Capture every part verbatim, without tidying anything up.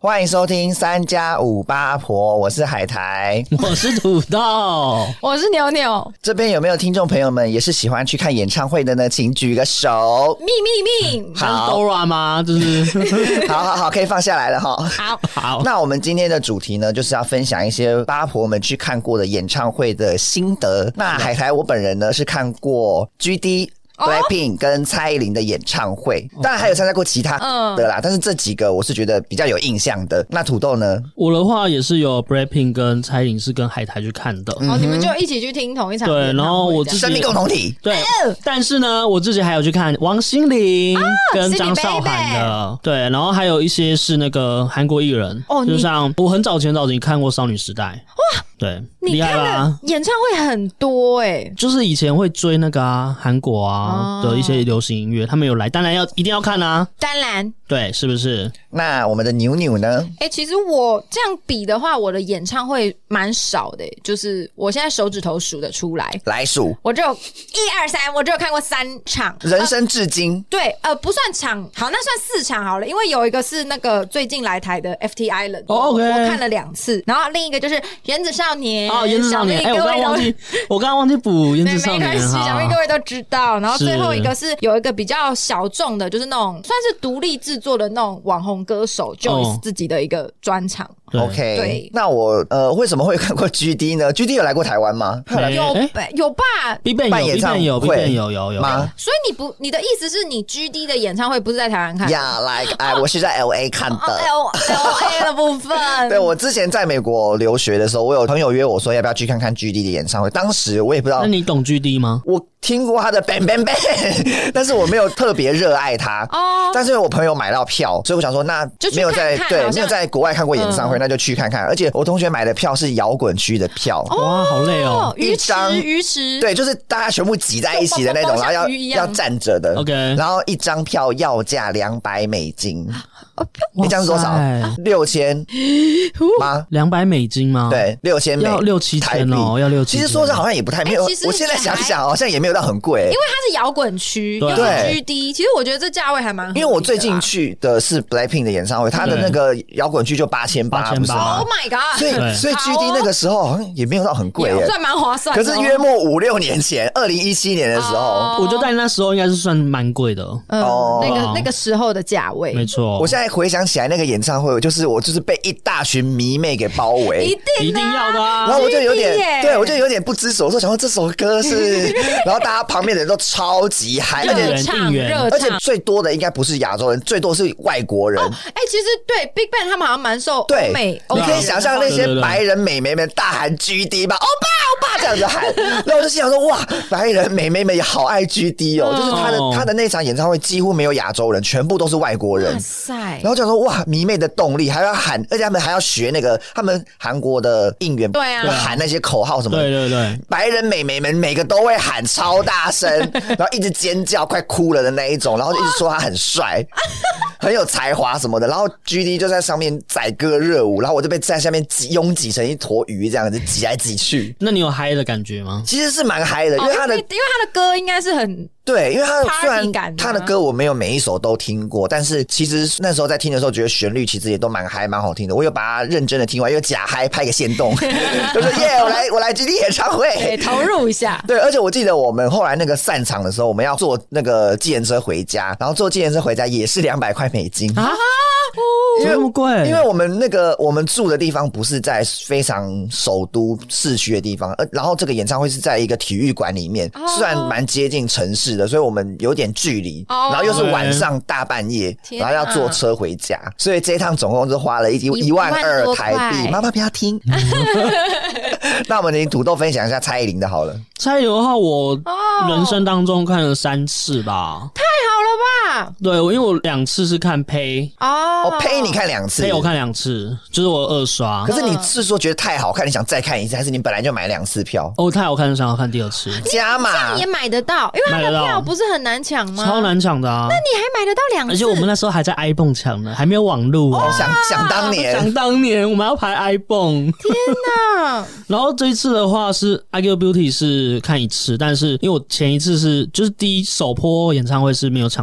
欢迎收听三加五八婆，我是海苔， 我是土豆， 我是牛牛。 这边有没有听众朋友们也是喜欢去看演唱会的呢？请举个手。 秘密密， 好 Dora 吗？就是好好好，可以放下来了哈。 好好， 那我们今天的主题呢，就是要分享一些八婆们去看过的演唱会的心得。那海苔我本人呢是看过 G D。Blackpink 跟蔡依林的演唱会，当然还有参加过其他的啦，嗯、但是这几个我是觉得比较有印象的。那土豆呢？ 我的话也是有 Blackpink 跟蔡依林是跟海苔去看的。 嗯、哦，你们就一起去听同一场演唱会。 对，然后我自己生命共同体。 对，但是呢，我自己还有去看王心凌跟张韶涵的。哦、对，然后还有一些是那个韩国艺人，哦、就像我很早前早前看过少女时代。哇，对， 厉害吧？演唱会很多哎、欸， 就是以前会追那个啊韩国啊。的一些流行音乐，他们有来，当然要一定要看啊！ 当然， 对，是不是？ 那我们的牛牛呢？ 哎、欸，其实我这样比的话，我的演唱会蛮少的、欸，就是我现在手指头数得出来， 来数， 我只有一二三，我只有看过三场， 人生至今、 呃。对，呃，不算场，好，那算四场好了，因为有一个是那个最近来台的 F T Island， 哦 ，OK， 我看了两次，然后另一个就是原子少年， 哦，原子少年，哎、欸，我刚刚忘记，我刚刚忘记补原子少年， 没关系，想必各位都知道，然后最后。一个是有一个比较小众的，就是那种算是独立制作的那种网红歌手 Joyce 自己的一个专场。 OK， 对， 那我呃为什么会看过 G D 呢 ？G D 有来过台湾吗？ 有有吧 ？BigBang 有 ，BigBang 有 ，BigBang 有有有吗？ 所以你不，你的意思是你 G D 的演唱会不是在台湾看？ 呀、yeah, ，like 哎，我是在 L A 看的。 L L A 的部分。 对，我之前在美国留学的时候，我有朋友约我说要不要去看看 G D 的演唱会，当时我也不知道。 那你懂 G D 吗？ 我听过他的 Bang Bang Bang， 但是我没有特别热爱他。哦。但是我朋友买到票，所以我想说，那没有在对没有在国外看过演唱会，嗯、那就去看看。而且我同学买的票是摇滚区的票， 哇，好累哦！ 鱼池鱼池， 对，就是大家全部挤在一起的那种，然后要要站着的。 OK， 然后一张票要价两百美金。你这样是多少？六千吗？ 两百美金吗？ 对，六千美， 要六七千哦，要六七千。 其实说是好像也不太没有，欸、我现在想想好像也没有到很贵、欸， 因为它是摇滚区，又是 G D， 其实我觉得这价位还蛮。 因为我最近去的是 Blackpink 的演唱会，他的那个摇滚区就八千八，不是吗 ？Oh my god！ 所以所以 G D 那个时候好像也没有到很贵、欸， 算蛮划算的。 可是约莫五六年前，二零一七年的时候，哦、 我觉得在那时候应该是算蛮贵的。 嗯，哦、那个那个时候的价位， 没错。 我现在回想起来那个演唱会，就是我就是被一大群迷妹给包围， 一定、啊、 一定要的啊！ 然后我就有点，对我就有点不知所措，想说这首歌是，然后大家旁边的人都超级嗨， 而且唱热而且最多的应该不是亚洲人，最多是外国人。哎、哦欸，其实对 BigBang 他们好像蛮受欧美， 你可以想象那些白人美眉们大喊 G D 吧，欧巴欧巴这样子喊，然后我就心想说哇，白人美眉们也好爱 G D 哦，就是他的他的那场演唱会几乎没有亚洲人，全部都是外国人。哇塞！然后就想说哇，迷妹的动力还要喊，而且他们还要学那个他们韩国的应援， 对啊， 喊那些口号什么的。 对对对， 白人美眉们每个都会喊超大声，然后一直尖叫，快哭了的那一种，然后一直说他很帅、很有才华什么的。然后 G D 就在上面载歌热舞，然后我就被在下面挤拥挤成一坨鱼这样子挤来挤去。 那你有嗨的感觉吗？ 其实是蛮嗨的，因为他的、哦、 因为他的歌应该是很。 对，因为他虽然他的歌我没有每一首都听过，但是其实那时候在听的时候，觉得旋律其实也都蛮嗨、蛮好听的。我有把它认真的听完，又假嗨拍个限动，就说耶，我来我来 G D 演唱会， 投入一下。 对，而且我记得我们后来那个散场的时候，我们要坐那个计程车回家，然后坐计程车回家也是两百块美金啊。 因为这么贵， 因为我们那个我们住的地方不是在非常首都市区的地方，呃，然后这个演唱会是在一个体育馆里面，哦、虽然蛮接近城市的，所以我们有点距离，哦、然后又是晚上大半夜，然后要坐车回家，所以这一趟总共就花了一一万二台币。妈妈不要听。那我们请土豆分享一下蔡依林的好了。 蔡依林的话，我人生当中看了三次吧。 太好了吧？ 对，因为我两次是看呸哦， 哦呸你看两次， 呸我看两次，就是我二刷。 可是你是说觉得太好看，你想再看一次，还是你本来就买两次票？ 哦，太好看，想要看第二次。 加码你也买得到，因为他的票不是很难抢吗？ 超难抢的啊！ 那你还买得到两次？ 而且我们那时候还在 iPhone 抢呢，还没有网路哦。 想想当年， 想当年我们要排 iPhone。 天哪！ 然后这一次的话是 I Q Beauty 是看一次，但是因为我前一次是就是第一首波演唱会是没有抢到票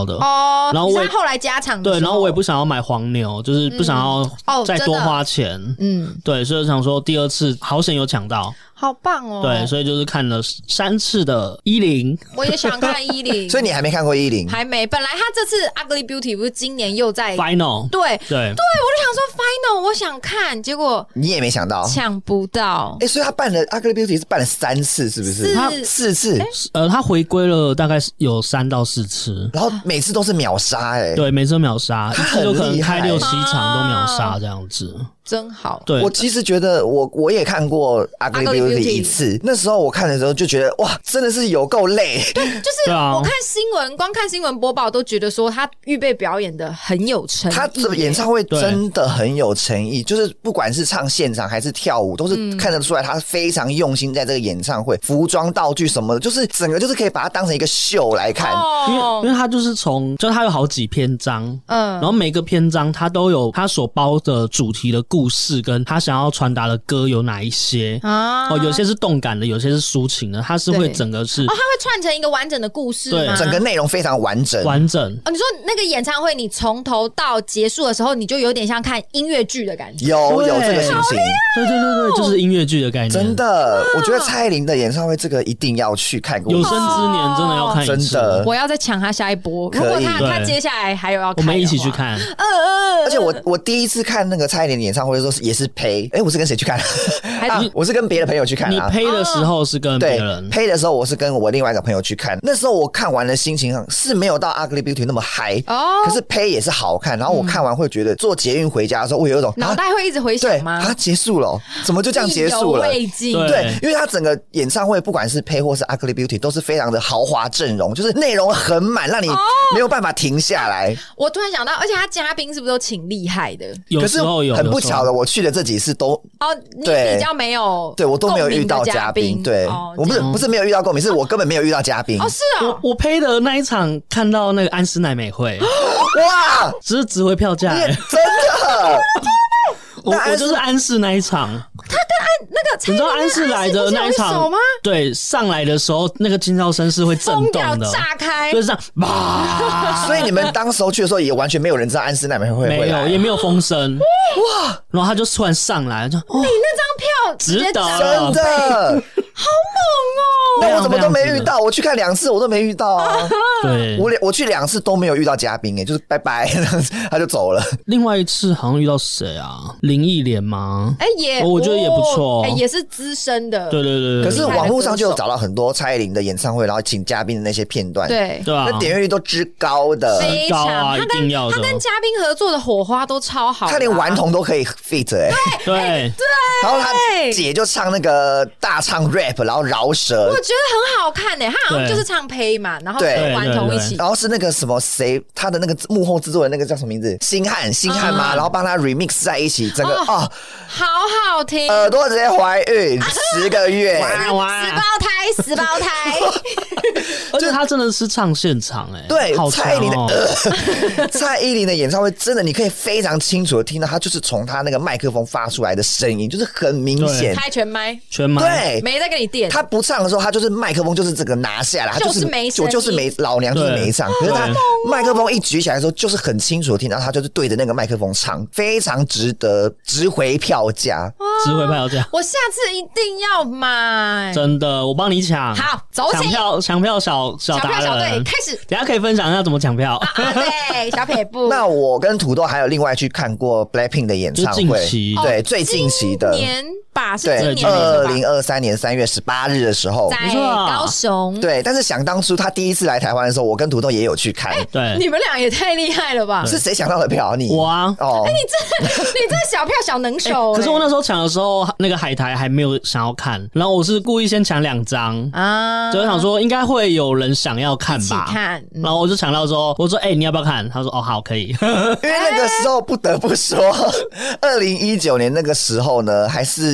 要的哦。 然后我后来加场的对，然后我也不想要买黄牛，就是不想要再多花钱。嗯，哦、对，所以想说第二次好险有抢到。 好棒哦！ 对，所以就是看了三次的一零， 我也想看一零， 所以你还没看过一零？ 还没。本来他这次 Ugly Beauty 不是今年又在 Final， 对对对， 我就想说 Final， 我想看，结果你也没想到抢不到。 哎、欸，所以他办了 Ugly Beauty 是办了三次，是不是？ 他四次， 呃，他回归了大概有三到四次， 然后每次都是秒杀，哎， 对，每次都秒杀，一次就可能开六七场都秒杀这样子。 真好， 对， 我其实觉得我我也看过 Ugly Beauty 一次，那时候我看的时候就觉得哇，真的是有够累。 对，就是我看新闻，光看新闻播报都觉得说他预备表演的很有诚意， 他的演唱会真的很有诚意，就是不管是唱现场还是跳舞，都是看得出来他非常用心在这个演唱会，服装道具什么的，就是整个就是可以把它当成一个秀来看， 哦、 因为因为他就是从就他有好几篇章，嗯，然后每个篇章他都有他所包的主题的故事跟他想要传达的歌有哪一些啊？哦，有些是动感的，有些是抒情的，他是会整个是哦，他会串成一个完整的故事吗？ 对，整个内容非常完整， 完整。 哦，你说那个演唱会，你从头到结束的时候，你就有点像看音乐剧的感觉， 有有这个心情， 对对对对，就是音乐剧的概念。 真的，我觉得蔡依林的演唱会这个一定要去看过， 有生之年真的要看一次， 真的， 我要再抢他下一波。如果他他接下来还有要看， 我们一起去看。 呃呃， 而且我我第一次看那个蔡依林的演唱会的时候，也是陪，哎、欸，我是跟谁去看？啊、我是跟别的朋友去看、啊。 你陪的时候是跟别人， 陪的时候我是跟我另外一个朋友去看。那时候我看完的心情上是没有到 Ugly Beauty 那么嗨，哦，可是陪也是好看。然后我看完会觉得坐捷运回家的时候，我有一种脑袋会一直回想吗？ 对，它结束了，怎么就这样结束了？ 意犹未尽。 对，因为它整个演唱会不管是陪或是 Ugly Beauty 都是非常的豪华阵容，就是内容很满，让你没有办法停下来。 哦、我突然想到，而且他嘉宾是不是都挺厉害的？ 有时候有， 很不巧的，我去的这几次都哦，你比较没有， 对我都没有遇到嘉宾。对，哦、我不是不是没有遇到共鸣，是我根本没有遇到嘉宾。 哦，是啊、 哦，我我陪的那一场看到那个安室奈美惠， 哇， 只是值回票价、欸， 真的。 我我就是安室那一场， 他跟安那个， 你知道安室来的那一场吗？对，上来的时候那个金噪声是会震动的， 炸开， 就是这样，哇！ 所以你们当时候去的时候，也完全没有人知道安室奈美惠会没有，也没有风声，哇！然后他就突然上来，就、哦、 你那张票值得， 真的。 好猛哦！ 那我怎么都没遇到？我去看两次，我都没遇到啊。 对， 我我去两次都没有遇到嘉宾，哎，就是拜拜，他就走了。 另外一次好像遇到谁啊？林忆莲吗？ 哎、欸，也我觉得也不错， 哎、欸，也是资深的。 对对对对。 可是网络上就有找到很多蔡依林的演唱会，然后请嘉宾的那些片段， 对对啊， 那点阅率都之高的， 非常啊， 一定要的。 他跟嘉宾合作的火花都超好、啊， 他连顽童都可以 fit 哎、 欸， 对对。 然后他姐就唱那个大唱 rap， 然后饶舌， 我觉得很好看诶、欸。他好像就是唱胚嘛，然后跟顽童一起， 然后是那个什么谁，他的那个幕后制作人那个叫什么名字？星汉，星汉嘛、嗯，然后帮他 remix 在一起，整个哦，哦好好听， 耳朵直接怀孕十个月， 哇哇，死胞胎，死胞胎。 而且他真的是唱现场哎、欸， 对， 好蔡依林的、 哦呃、蔡依林的演唱会真的，你可以非常清楚的听到，他就是从他那个麦克风发出来的声音，就是很明显， 开全麦， 全麦， 对， 没在跟你垫。 他不唱的时候，他就是麦克风就是这个拿下来，他就是没声音， 我就是没老娘就是没唱。可是他麦克风一举起来的时候，就是很清楚的听到他就是对着那个麦克风唱，非常值得，值回票价， 值回票价。 我下次一定要买， 真的，我帮你抢。 好，走起， 抢票，抢票小小达人， 抢票小队开始。 等一下可以分享一下怎么抢票。 啊啊对，小撇步。 那我跟土豆还有另外去看过 Blackpink 的演唱会， 近期对、哦、最近期的。 今年吧，是对， 今年二零二三年三月十八日的时候， 在高雄。 对，但是想当初他第一次来台湾的时候，我跟土豆也有去看。欸、 对， 你们俩也太厉害了吧？ 是谁抢到的票？你我啊。 哦， 哎、欸，你这你这小票小能手、欸欸。可是我那时候抢的时候，那个海苔还没有想要看，然后我是故意先抢两张啊，就想说应该会有人想要看吧。 看，嗯、 然后我就抢到之后，我说：“哎、欸，你要不要看？”他说：“哦，好，可以。” 因为那个时候不得不说，二零一九年那个时候呢，还是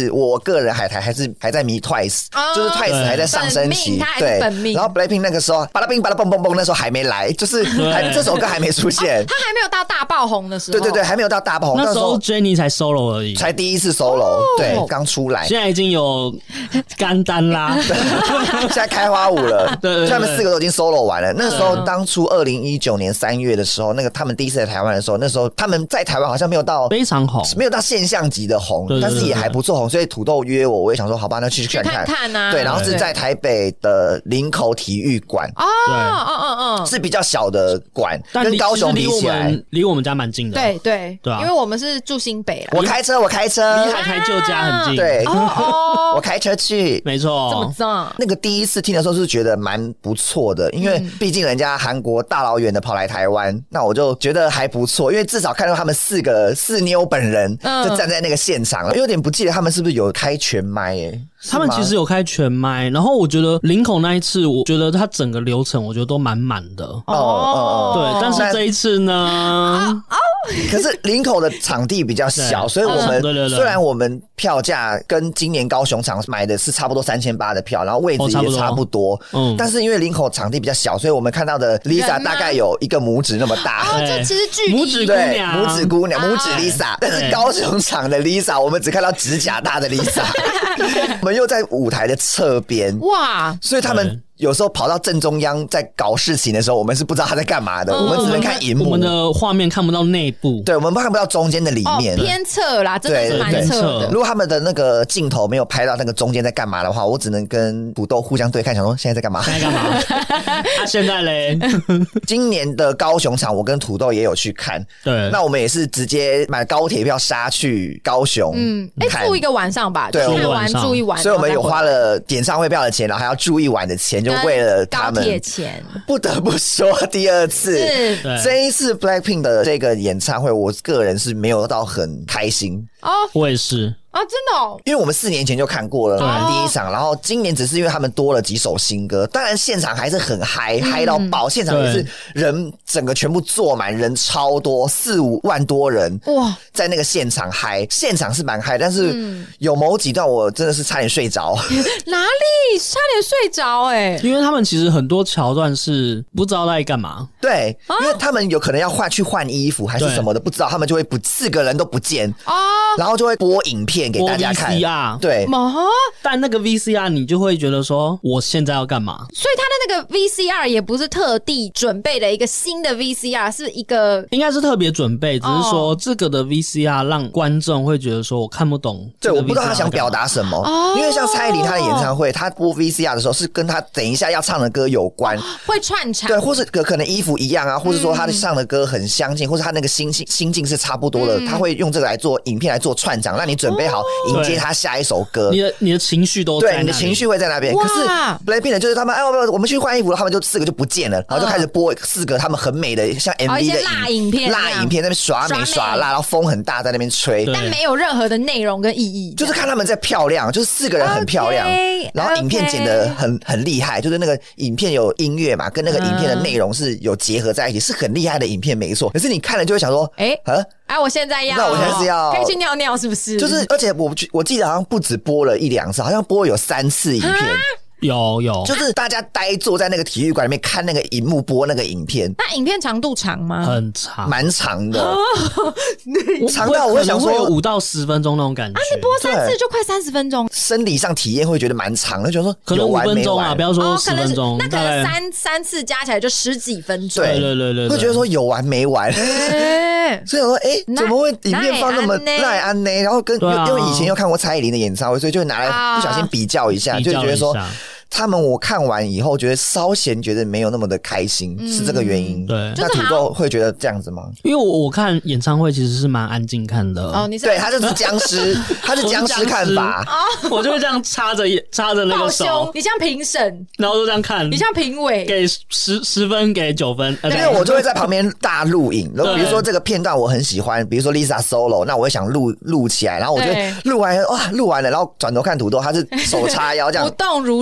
是我个人还还还是还在迷 Twice，、哦、就是 Twice 还在上升期，对，然后 Blackpink 那个时候巴拉冰巴拉蹦蹦蹦那时候还没来，就是还这首歌还没出现， 他还没有到大爆红的时候， 对对对，还没有到大爆红， 那时候 Jennie 才 solo 而已， 才第一次 solo，、哦、对，刚出来， 现在已经有干单啦， 现在开花舞了，对对对，他们四个都已经 solo 完了。那时候当初二零一九年三月的时候，那个他们第一次来台湾的时候，那时候他们在台湾好像没有到非常红， 没有到现象级的红，对对对对，但是也还不错红，所以土豆约我，我也想说好吧，那去看看， 去看看啊， 对，然后是在台北的林口体育馆， 哦，哦哦哦， 是比较小的馆，跟高雄比起来， 离我们家蛮近的， 对对对啊， 因为我们是住新北啦， 我开车，我开车， 离海苔旧家很近， 对， 哦哦， 我开车去， 没错， 这么脏， 那个第一次听的时候是觉得蛮不错的，因为毕竟人家韩国大老远的跑来台湾，那我就觉得还不错，因为至少看到他们四个四妞本人就站在那个现场了，有点不记得他们是不是有开全麦诶、欸。 他们其实有开全麦，然后我觉得林口那一次，我觉得他整个流程我觉得都满满的。哦哦，对，但是这一次呢，哦哦、 可是林口的场地比较小，所以我们、 对对对， 虽然我们票价跟今年高雄场买的是差不多三千八的票，然后位置也差不多，嗯、哦，但是因为林口场地比较小，所以我们看到的 Lisa 大概有一个拇指那么大， 哦，这其实距离拇指姑娘， 拇指姑娘，拇指 Lisa，、啊、但是高雄场的 Lisa， 我们只看到指甲大的 Lisa。我们又在舞台的侧边，哇！所以他们有时候跑到正中央在搞事情的时候，我们是不知道他在干嘛的，嗯、我们只能看荧幕， 我们的画面看不到内部， 对，我们看不到中间的里面， 哦、偏侧啦，真的是蛮侧的。 如果他们的那个镜头没有拍到那个中间在干嘛的话，我只能跟土豆互相对看，想说现在在干嘛？ 现在干嘛？啊，现在嘞？ 今年的高雄场，我跟土豆也有去看，对，那我们也是直接买高铁票杀去高雄，嗯， 哎、欸，住一个晚上吧， 对， 看完住一晚， 所以我们有花了演唱会票的钱，然后还要住一晚的钱，就为了他们。 高铁钱， 不得不说，第二次这一次 Blackpink 的这个演唱会，我个人是没有到很开心哦，我也是。 啊，真的哦！ 因为我们四年前就看过了第一场，然后今年只是因为他们多了几首新歌，当然现场还是很嗨，嗨、嗯、到爆，现场也是人整个全部坐满，人超多，四五万多人哇，在那个现场嗨，现场是蛮嗨，但是有某几段我真的是差点睡着， 哪里差点睡着哎、欸？ 因为他们其实很多桥段是不知道在干嘛， 对，啊、因为他们有可能要换去换衣服还是什么的，不知道，他们就会不四个人都不见啊，然后就会播影片。给大家看 V C R， 对， 但那个 V C R 你就会觉得说，我现在要干嘛？ 所以他的那个 V C R 也不是特地准备的一个新的 V C R， 是一个应该是特别准备，只是说这个的 V C R 让观众会觉得说我看不懂， 对，我不知道他想表达什么。哦、因为像蔡依林她的演唱会，她播 V C R 的时候是跟她等一下要唱的歌有关， 会串场， 对，或是可能衣服一样啊，或是说她唱的歌很相近，或是她那个心境心境是差不多的，她、嗯、会用这个来做影片来做串场，让你准备好迎接他下一首歌， 你的你的情绪都在对，你的情绪会在那边。可是 Blackpink 就是他们，哎，我们去换衣服，他们就四个就不见了，然后就开始播四个他们很美的像 M V 的辣影片， 辣影片那边耍美耍辣，然后风很大在那边吹， 但没有任何的内容跟意义， 就是看他们在漂亮，就是四个人很漂亮， okay, 然后影片剪得很很厉害，就是那个影片有音乐嘛，跟那个影片的内容是有结合在一起，是很厉害的影片，没错。可是你看了就会想说，哎，啊。 哎、啊，我现在要， 那我现在是要可以去尿尿，是不是？ 就是，而且我我记得好像不止播了一两次，好像播有三次影片。 有有， 就是大家呆坐在那个体育馆里面看那个荧幕播那个影片。 那影片长度长吗？ 很长， 蛮长的，长到我会想说有五到十分钟那种感觉。 啊，你播三次就快三十分钟， 生理上体验会觉得蛮长的，就说可能五分钟啊，不要说十分钟， 那可能三三次加起来就十几分钟。 对对对对， 会觉得说有完没完。所以我说，哎、欸，怎么会影片放那么赖安呢？然后跟、啊、因为以前又看过蔡依林的演唱会，所以就拿来不小心比较一下，啊、就觉得说。他们我看完以后觉得稍嫌觉得没有那么的开心，嗯、是这个原因。 对， 那土豆会觉得这样子吗？ 因为我我看演唱会其实是蛮安静看的。 哦，你是对，他就是僵尸，他是僵尸看法。 哦，我就会这样插着插着那个手， 你像评审， 然后就这样看， 你像评委， 给十十分，给九分。 因为我就会在旁边大录影，然后比如说这个片段我很喜欢，比如说 Lisa solo， 那我会想录录起来，然后我就录完哇，录完了，然后转头看土豆，他是手叉腰这样不动如山。 哎、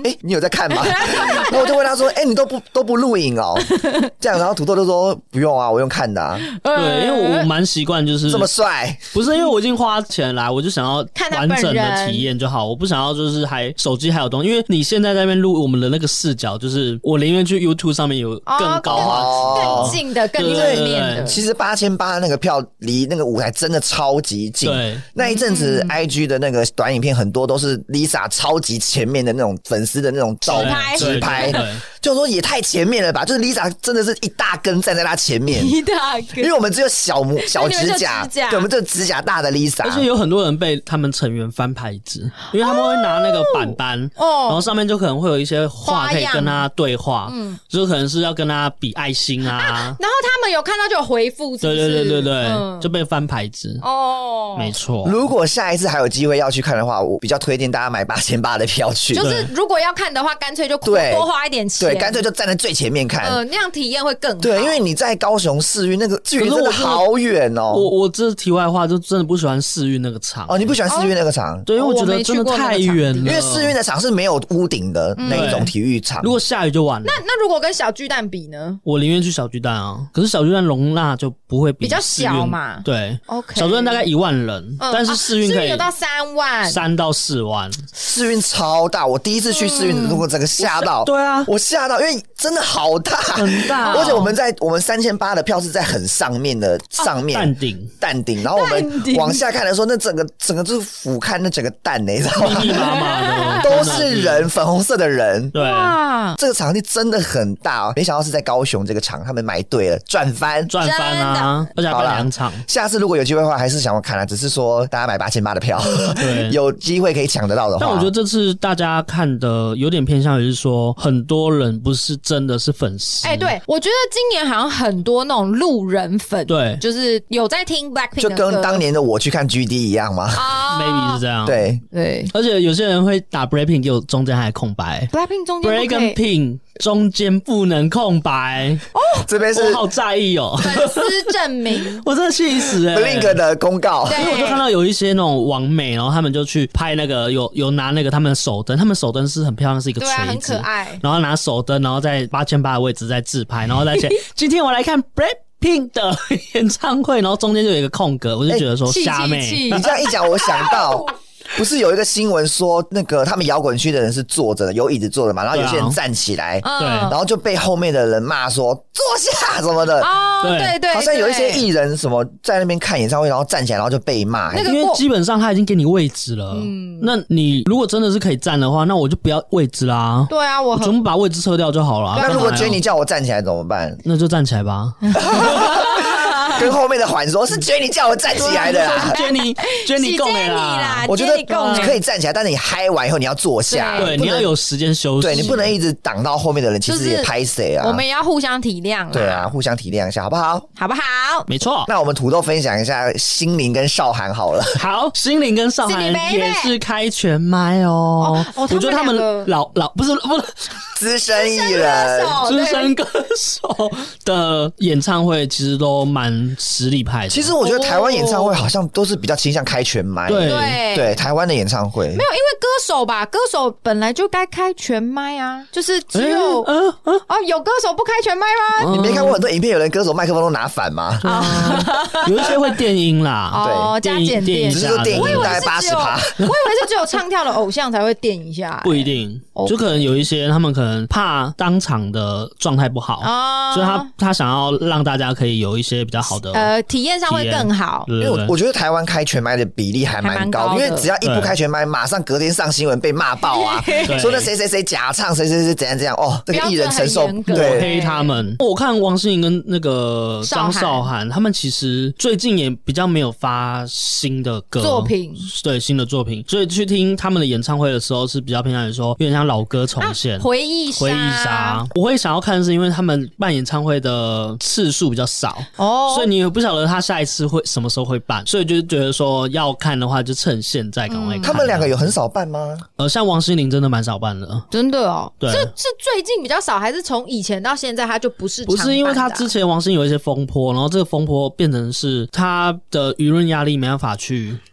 哎、欸，你有在看吗？然后我就问他说，哎、欸，你都不都不录影哦？这样，然后土豆就说不用啊，我用看的啊。 对，因为我蛮习惯就是这么帅， 不是因为我已经花钱来，我就想要完整的体验就好，我不想要就是还手机还有东西，因为你现在在那边录我们的那个视角，就是我宁愿去 YouTube 上面有更高画质、 哦、更近的、更正面的。 其实八千八那个票离那个舞台真的超级近。 对， 那一阵子 I G 的那个短影片很多都是 Lisa 超级前面的那种粉丝的那种照拍直拍，就说也太前面了吧？就是 Lisa 真的是一大根站在她前面， 一大根， 因为我们只有小拇小指甲，对，我们这指甲大的 Lisa， 而且有很多人被他们成员翻牌子，因为他们会拿那个板板，哦、然后上面就可能会有一些话可以跟他对话，嗯，就可能是要跟他比爱心啊，啊然后他们有看到就有回复，对对对对对，嗯、就被翻牌子哦，没错。 如果下一次还有机会要去看的话，我比较推荐大家买八千八的票去， 就是如果要看的话，干脆就多花一点钱， 对，干脆就站在最前面看， 嗯、呃，那样体验会更好。 对，因为你在高雄世运那个距离真的好远哦。 我我这题外话就真的不喜欢世运那个场哦，你不喜欢世运那个场？ 对，因为我觉得真的太远了。 因为世运的场是没有屋顶的那一种体育场， 如果下雨就完了。 那那如果跟小巨蛋比呢？ 我宁愿去小巨蛋啊，可是小巨蛋容纳就不会比比较小嘛。 对 ，OK， 小巨蛋大概一万人，嗯、但是世运可以有到三万， 三到四万。 世运超大，我第一次去世运，如果整个吓到， 对啊， 我吓到，因为真的好大， 很大， 而且我们在我们三千八的票是在很上面的上面蛋顶蛋顶，然后我们往下看的时候，那整个整个就是俯瞰那整个蛋呢，你知道吗？ 密密麻麻的都是人，粉红色的人。 对， 这个场地真的很大哦，没想到是在高雄这个场，他们买对了，赚翻赚翻啊！而且还办两场。 下次如果有机会的话，还是想要看啊，只是说大家买八千八的票，对，有机会可以抢得到的话。 但我觉得这次大家看的有点偏向于是说，很多人不是真的是粉丝。 哎、欸，对，我觉得今年好像很多那种路人粉， 对， 就是有在听 Blackpink 就跟当年的我去看 G D 一样吗、 oh, ？Maybe 是这样。 对对， 而且有些人会打 Blackpink， 就中间还空白。 Blackpink 中间 Blackpink 中间不能空白哦， 这边是我好在意哦， 粉丝证明， 我真的气死哎、 欸、！Blink 的公告， 因为我就看到有一些那种网美，然后他们就去拍那个有有拿那个他们的手灯，他们手灯是很漂亮，是一个锤子， 对啊，很可爱。 然后拿手灯，然后在八千八的位置在自拍，然后再写今天我来看 Blackpink 的演唱会，然后中间就有一个空格，我就觉得说瞎妹， 欸、 你这样一讲，我想到。不是有一个新闻说，那个他们摇滚区的人是坐着的，有椅子坐的嘛，然后有些人站起来， 对， 然后就被后面的人骂说坐下什么的。 哦，对对， 好像有一些艺人什么在那边看演唱会，然后站起来，然后就被骂。 那个、因为基本上他已经给你位置了，嗯，那你如果真的是可以站的话，那我就不要位置啦。 对啊，我全部把位置撤掉就好了。 那如果Jenny叫我站起来怎么办？ 那就站起来吧。 跟后面的环说，是 Jenny 叫我站起来的啦。 Jenny Jenny 供的啦， 我觉得可以站起来，但是你嗨完以后你要坐下， 对，你要有时间休息， 对你不能一直挡到后面的人，其实也拍谁啊？ 我们也要互相体谅， 对啊，互相体谅一下，好不好？ 好不好？ 没错。 那我们土豆分享一下心灵跟少涵好了。 好，心灵跟少涵也是开全麦哦。我觉得他们老老不是不是资深艺人、 资深歌手的演唱会，其实都蛮实力派的。 其实我觉得台湾演唱会好像都是比较倾向开全麦， 对对，台湾的演唱会没有，因为歌手吧，歌手本来就该开全麦啊，就是只有嗯嗯哦，有歌手不开全麦吗？ 你没看过很多影片，有人歌手麦克风都拿反吗？ 有一些会电音啦， 哦，加减电， 只是说电音大概八十趴。 我以为是只有唱跳的偶像才会电一下， 不一定，就可能有一些他们可能怕当场的状态不好，所以他他想要让大家可以有一些比较好的呃体验上会更好。 因为我我觉得台湾开全麦的比例还蛮高，因为只要一不开全麦，马上隔天上新闻被骂爆啊，说那谁谁谁假唱，谁谁谁怎样怎样，哦，这个艺人承受对黑他们。我看王心凌跟那个张韶涵，他们其实最近也比较没有发新的歌作品， 对新的作品，所以去听他们的演唱会的时候是比较偏向于说有点像老歌重现， 啊、回忆杀回忆杀。我会想要看是因为他们办演唱会的次数比较少哦，所以你也不晓得他下一次会什么时候会办，所以就觉得说要看的话就趁现在赶快看、嗯。 他们两个有很少办吗？ 呃，像王心凌真的蛮少办的， 真的哦。 对， 是是最近比较少，还是从以前到现在他就不是常办的、啊？ 不是，因为他之前王心凌有一些风波，然后这个风波变成是他的舆论压力没办法去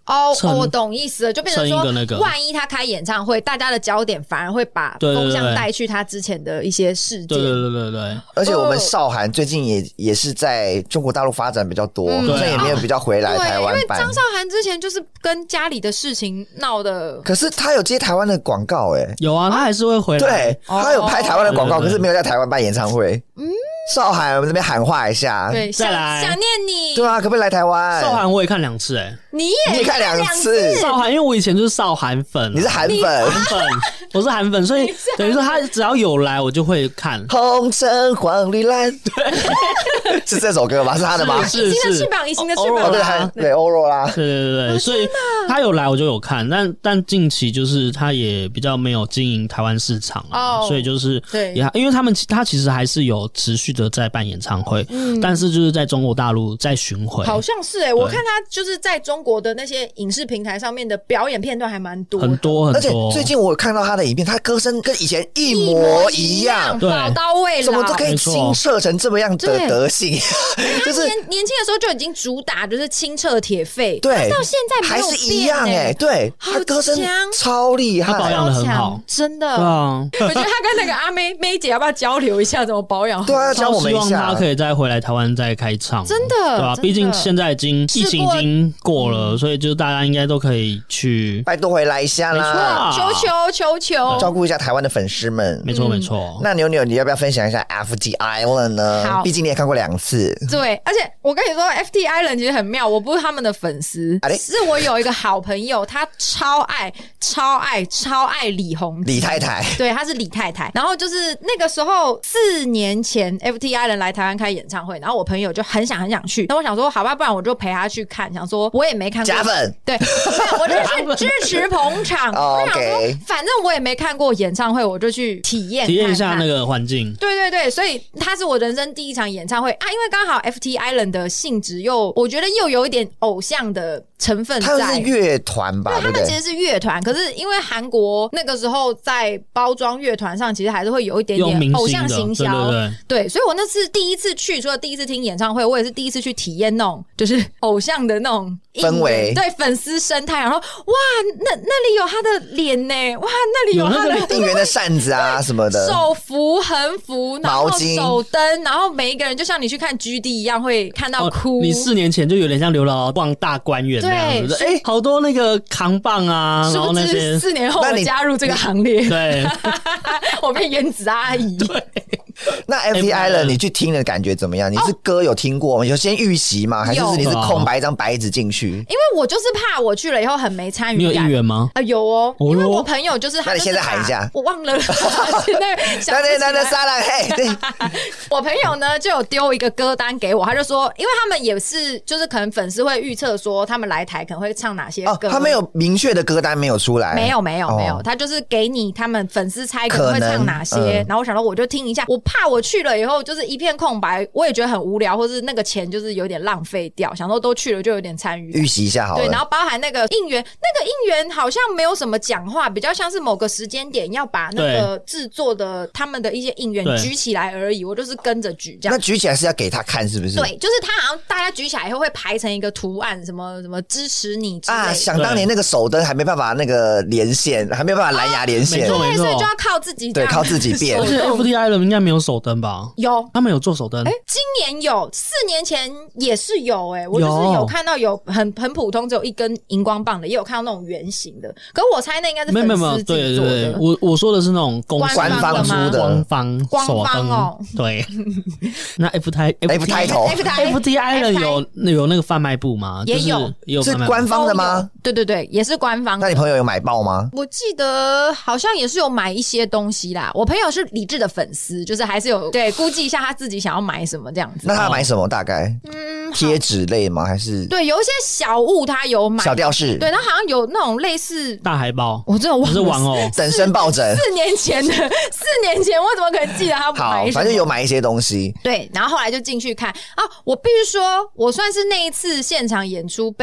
哦，我懂意思了，就变成说， 那个、 万一他开演唱会，大家的焦点反而会把风向带去他之前的一些事件。 对对对对对。 而且我们少韩最近也也是在中国大陆发展比较多，好、嗯、像也没有比较回来台湾办。 因为张韶涵之前就是跟家里的事情闹的， 可是他有接台湾的广告哎、欸， 有啊，他还是会回来。 对，他有拍台湾的广告，可是没有在台湾办演唱会。嗯。少韩，我们这边喊话一下， 对， 再来想念你。 对啊，可不可以来台湾？ 少韩我也看两次、欸，哎， 你也你也看两次。 少韩，因为我以前就是少韩粉， 你是韩粉， 韩粉，我是韩粉，所以等于说他只要有来，我就会看。 红橙黄绿蓝，对，是这首歌吗？是他的吗？ 是是新的翅膀，新的翅膀， 哦对对，欧若拉， 对对对，所以他有来我就有看，但但近期就是他也比较没有经营台湾市场啊，所以就是对，因为他们他其实还是有持续的在办演唱会，嗯，但是就是在中国大陆在巡回， 好像是哎、欸，我看他就是在中国的那些影视平台上面的表演片段还蛮多， 很多很多。 而且最近我有看到他的影片，他歌声跟以前一模一样， 对，宝刀未老， 怎么都可以清澈成这么样的德性， 就是年年轻的时候就已经主打就是清澈铁肺， 对， 到现在没有变、欸、 还是一样哎、欸，对，他歌声超厉害， 他保养得很好， 真的。 对啊， 我觉得他跟那个阿妹妹姐要不要交流一下怎么保养？ 对啊，教我们一下， 希望他可以再回来台湾再开唱， 真的， 对吧、啊？毕竟现在已经疫情已经过了，嗯、所以就大家应该都可以去， 拜托回来一下啦！ 求求求求， 照顾一下台湾的粉丝们。 没错没错。 那牛牛，你要不要分享一下 F T Island 呢？ 好， 毕竟你也看过两次。 对，而且我跟你说 ，F T Island 其实很妙，我不是他们的粉丝，啊、是我有一个好朋友，他超爱、超爱、超爱李弘基李太太， 对，他是李太太。然后就是那个时候四年前 F T Island 来台湾开演唱会，然后我朋友就很想很想去，那我想说好吧，不然我就陪他去看，想说我也没看过假粉， 对，我就去支持捧场。 哦、 我想说反正我也没看过演唱会，我就去体验体验一下那个环境。 对对对，所以他是我人生第一场演唱会啊，因为刚好 F T Island 的性质又我觉得又有一点偶像的成分在， 他们是乐团吧？ 对，他们其实是乐团，可是因为韩国那个时候在包装乐团上，其实还是会有一点点偶像行销， 对, 对, 对, 对，所以我那次第一次去，除了第一次听演唱会，我也是第一次去体验那种就是偶像的那种氛围， 对粉丝生态，然后哇，那那里有他的脸呢，哇，那里有他的应援的扇子啊什么的， 手幅、横幅，然后手灯，然后每一个人就像你去看 G D 一样，会看到哭。 哦、你四年前就有点像刘姥姥逛大观园那样子，哎、欸，好多那个扛棒啊，然后那些。 四年后我加入这个行列， 对， 我变原子阿姨。 对。 那 F T Island 你去听的感觉怎么样？你是歌有听过吗？有先预习吗？还是你是空白一张白纸进去？ 因为我就是怕我去了以后很没参与感。 你有应援吗？ 啊、呃，有哦，因为我朋友就是他就是， 那你现在喊一下， 我忘了。现在想不起来。 那那那沙朗嘿， 我朋友呢就有丢一个歌单给我，他就说，因为他们也是就是可能粉丝会预测说他们来台可能会唱哪些歌， 哦、他们有明确的歌单没有出来？ 没有没有、哦、没有，他就是给你他们粉丝猜可能会唱哪些，嗯、然后我想说我就听一下，我怕我去了以后就是一片空白，我也觉得很无聊，或是那个钱就是有点浪费掉，想说都去了就有点参与， 预习一下好了。 对，然后包含那个应援，那个应援好像没有什么讲话，比较像是某个时间点要把那个制作的他们的一些应援举起来而已，我就是跟着举这样。 那举起来是要给他看是不是？ 对，就是他好像大家举起来以后会排成一个图案，什么什么支持你之类的啊。 想当年那个手灯还没办法那个连线，还没办法蓝牙连线， 对，所以就要靠自己， 对，靠自己变。 而且 F T Island 应该没有手灯吧？ 有， 他们有做手灯。 哎、欸，今年有，四年前也是有、欸，哎，我就是有看到有很很普通，只有一根荧光棒的，也有看到那种圆形的。可是我猜那应该是粉丝自己做的。 对对对，我我说的是那种公官方出的官方官方哦。 对，那 F T F T 头 F T Island 有有那个贩卖部吗？ 也有， 有是官方的吗？ 对对对，也是官方的。 那你朋友有买爆吗？ 我记得好像也是有买一些东西啦。我朋友是理智的粉丝，就是还是有对估计一下他自己想要买什么这样子。 那他买什么？大概嗯，贴纸类吗？还是对，有一些小物他有买， 小吊饰。 对，然后好像有那种类似大海报， 我真的忘了是玩偶等身抱枕。 四年前的，四年前我怎么可能记得他买什么？ 好，反正有买一些东西。 对，然后后来就进去看啊。我必须说，我算是那一次现场演出被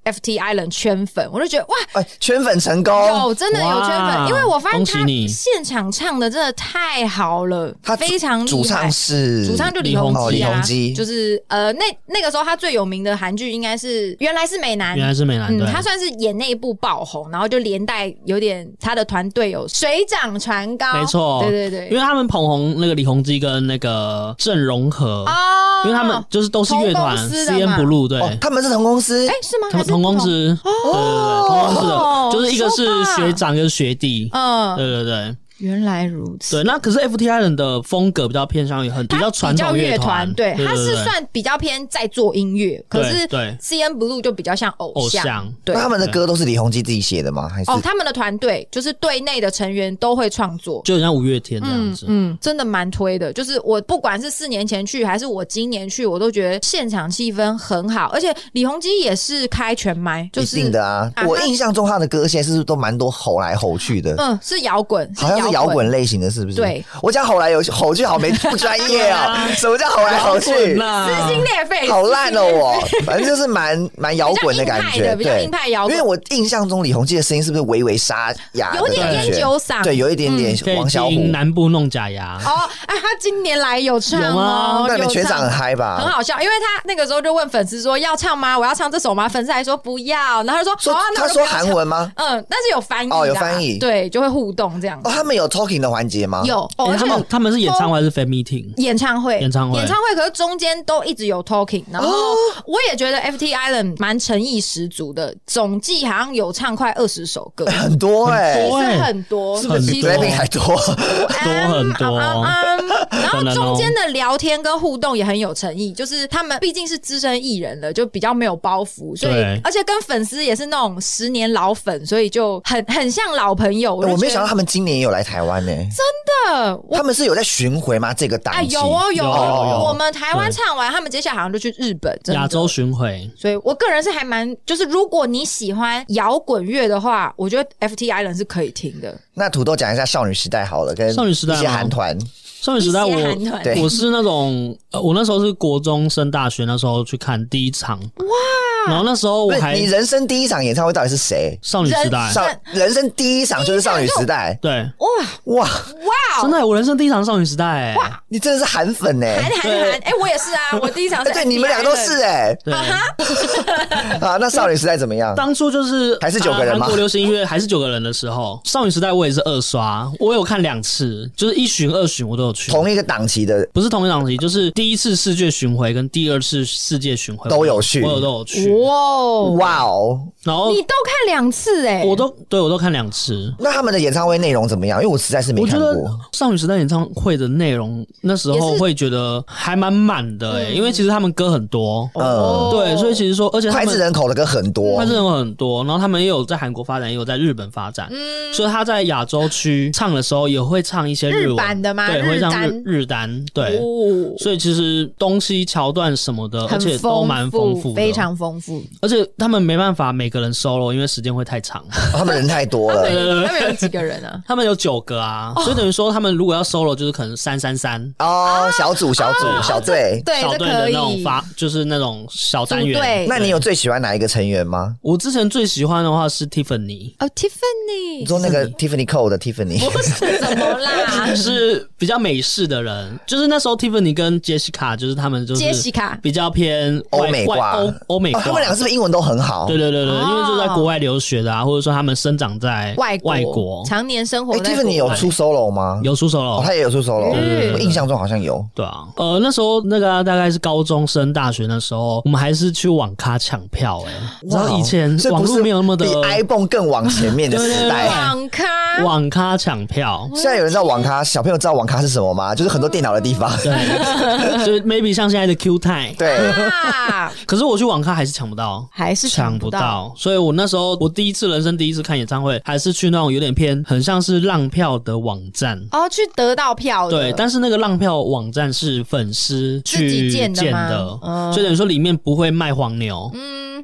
F T Island 圈粉，我就觉得哇， 哎，圈粉成功， 有真的有圈粉，因为我发现他你现场唱的真的太好了，他非常厉害。 主唱是主唱就李弘基啊， 李弘基就是呃那那个时候他最有名的韩剧应该是原来是美男， 原来是美男， 嗯，他算是演那一部爆红，然后就连带有点他的团队有水涨船高， 没错， 对对对， 因为他们捧红那个李弘基跟那个郑容和啊、哦，因为他们就是都是乐团 C N Blue， 对、 哦，他们是同公司， 哎、欸、是吗？ 他们同公司，哦、对对对，同公司的，就是一个是学长，一个是学弟，嗯，对对对。 原来如此， 对，那可是 F T Island 的风格比较偏向于很比较传统乐团， 对，它是算比较偏在做音乐，可是 C N Blue 就比较像偶像， 偶像对。 那他们的歌都是李弘基自己写的吗？还是哦，他们的团队就是队内的成员都会创作， 就很像五月天这样子， 嗯，嗯真的蛮推的。就是我不管是四年前去还是我今年去，我都觉得现场气氛很好，而且李弘基也是开全麦，就是一定的啊。啊我印象中他的歌现在是不是都蛮多吼来吼去的？ 嗯，是摇滚， 好像是摇滚类型的。是不是？ 对， 我讲吼来有吼去好没不专业啊！什么叫吼来吼去？撕心裂肺， 好烂哦！我反正就是蛮蛮摇滚的感觉， 比较硬派摇滚。 因为我印象中李弘基的声音是不是微微沙哑的感觉？ 有点烟酒嗓， 对，有一点点王小虎南部弄假牙。 哦，哎，他今年来有唱有吗？ 那你们全场很嗨吧？ 很好笑，因为他那个时候就问粉丝说要唱吗？我要唱这首吗？粉丝还说不要，然后他就说好啊， 他说韩文吗？ 嗯，但是有翻译哦，有翻译， 对，就会互动这样。 哦，他们有 talking 的环节吗？ 有。 哦，他们他们是演唱会还是 fan meeting？ 演唱会， 演唱会， 演唱会。可是中间都一直有 talking， 然后我也觉得 F T Island 蛮诚意十足的，总计好像有唱快二十首歌， 很多哎、欸， 是很多， 是不是比 Blackpink 还多？ 多很多。 然后中间的聊天跟互动也很有诚意，就是他们毕竟是资深艺人了，就比较没有包袱，所以而且跟粉丝也是那种十年老粉，所以就很很像老朋友。我, 我没想到他们今年也有来台湾呢、欸， 真的。 他们是有在巡回吗？这个档期、 啊、有哦有哦有。 我们台湾唱完，他们接下来好像就去日本亚洲巡回。 所以我个人是还蛮，就是如果你喜欢摇滚乐的话，我觉得 F T Island 是可以听的。 那土豆讲一下少女时代好了，跟少女时代一些韩团。 少女时代我我是那种、呃、我那时候是国中升大学那时候去看第一场哇，然后那时候我还你人生第一场演唱会到底是谁？ 少女时代， 少人生第一场就是少女时代， 对， 哇哇哇， 真的，我人生第一场少女时代、欸，哇， 你真的是韩粉哎、欸， 韩韩韩，哎，我也是啊，我第一场是， 对，你们俩都是哎、欸， 对啊，那少女时代怎么样？ 当初就是还是九个人吗？ 韩国流行音乐还是九个人的时候，少女时代我也是二刷，我有看两次，就是一巡二巡我都有去， 同一个档期的， 不是同一个档期，就是第一次世界巡回跟第二次世界巡回都有去， 我有都有去， 哇哇哦， 然后你都看两次哎、欸， 我都对我都看两次。 那他们的演唱会内容怎么样？因为我实在是没看过。 我觉得少女时代演唱会的内容那时候会觉得还蛮满的哎、欸，因为其实他们歌很多，嗯，对，所以其实说，而且脍炙人口的歌很多， 脍炙人口很多，然后他们也有在韩国发展，也有在日本发展，嗯，所以他在亚洲区唱的时候也会唱一些日文日版的吗？ 对，会唱日日单，对、哦，所以其实东西桥段什么的，而且都蛮丰富的， 非常丰富， 而且他们没办法每个人 solo， 因为时间会太长， 哦、他们人太多了， 对对对，他们有几个人啊？ 他们有九个啊，哦、所以等于说他们如果要 solo， 就是可能三三三哦，小组小组、啊、小队， 对， 小队的那种发，就是那种小单元。 那你有最喜欢哪一个成员吗？ 我之前最喜欢的话是 Tiffany， 哦 ，Tiffany， 你说那个 Tiffany Cole 的 Tiffany， 不是怎么啦？ 是比较美式的人，就是那时候 Tiffany 跟 Jessica， 就是他们就是 Jessica 比较偏欧美挂， 欧欧美挂、 哦，他们两个是不是英文都很好？ 对对对对，哦、因为就在国外留学的啊，或者说他们生长在外国， 外国常年生活在国外。 欸、Tiffany 有出 solo 吗？ 有出 solo，、 哦、他也有出 solo，、 嗯、 我印象中好像有。 对啊，呃，那时候那个、啊、大概是高中升大学的时候，我们还是去网咖抢票哎、欸，你知道以前网络没有那么的比 iPhone 更往前面的时代， 网咖网咖抢票。 现在有人知道网咖，小朋友知道网咖是什么吗？就是很多电脑的地方。 对，就是 maybe 像现在的 Q Time。 对。 可是我去网咖还是抢不到， 还是抢不到。所以我那时候我第一次人生第一次看演唱会，还是去那种有点偏很像是浪票的网站哦，去得到票的。 对，但是那个浪票网站是粉丝去自己建的， 建的、嗯，所以等于说里面不会卖黄牛。嗯。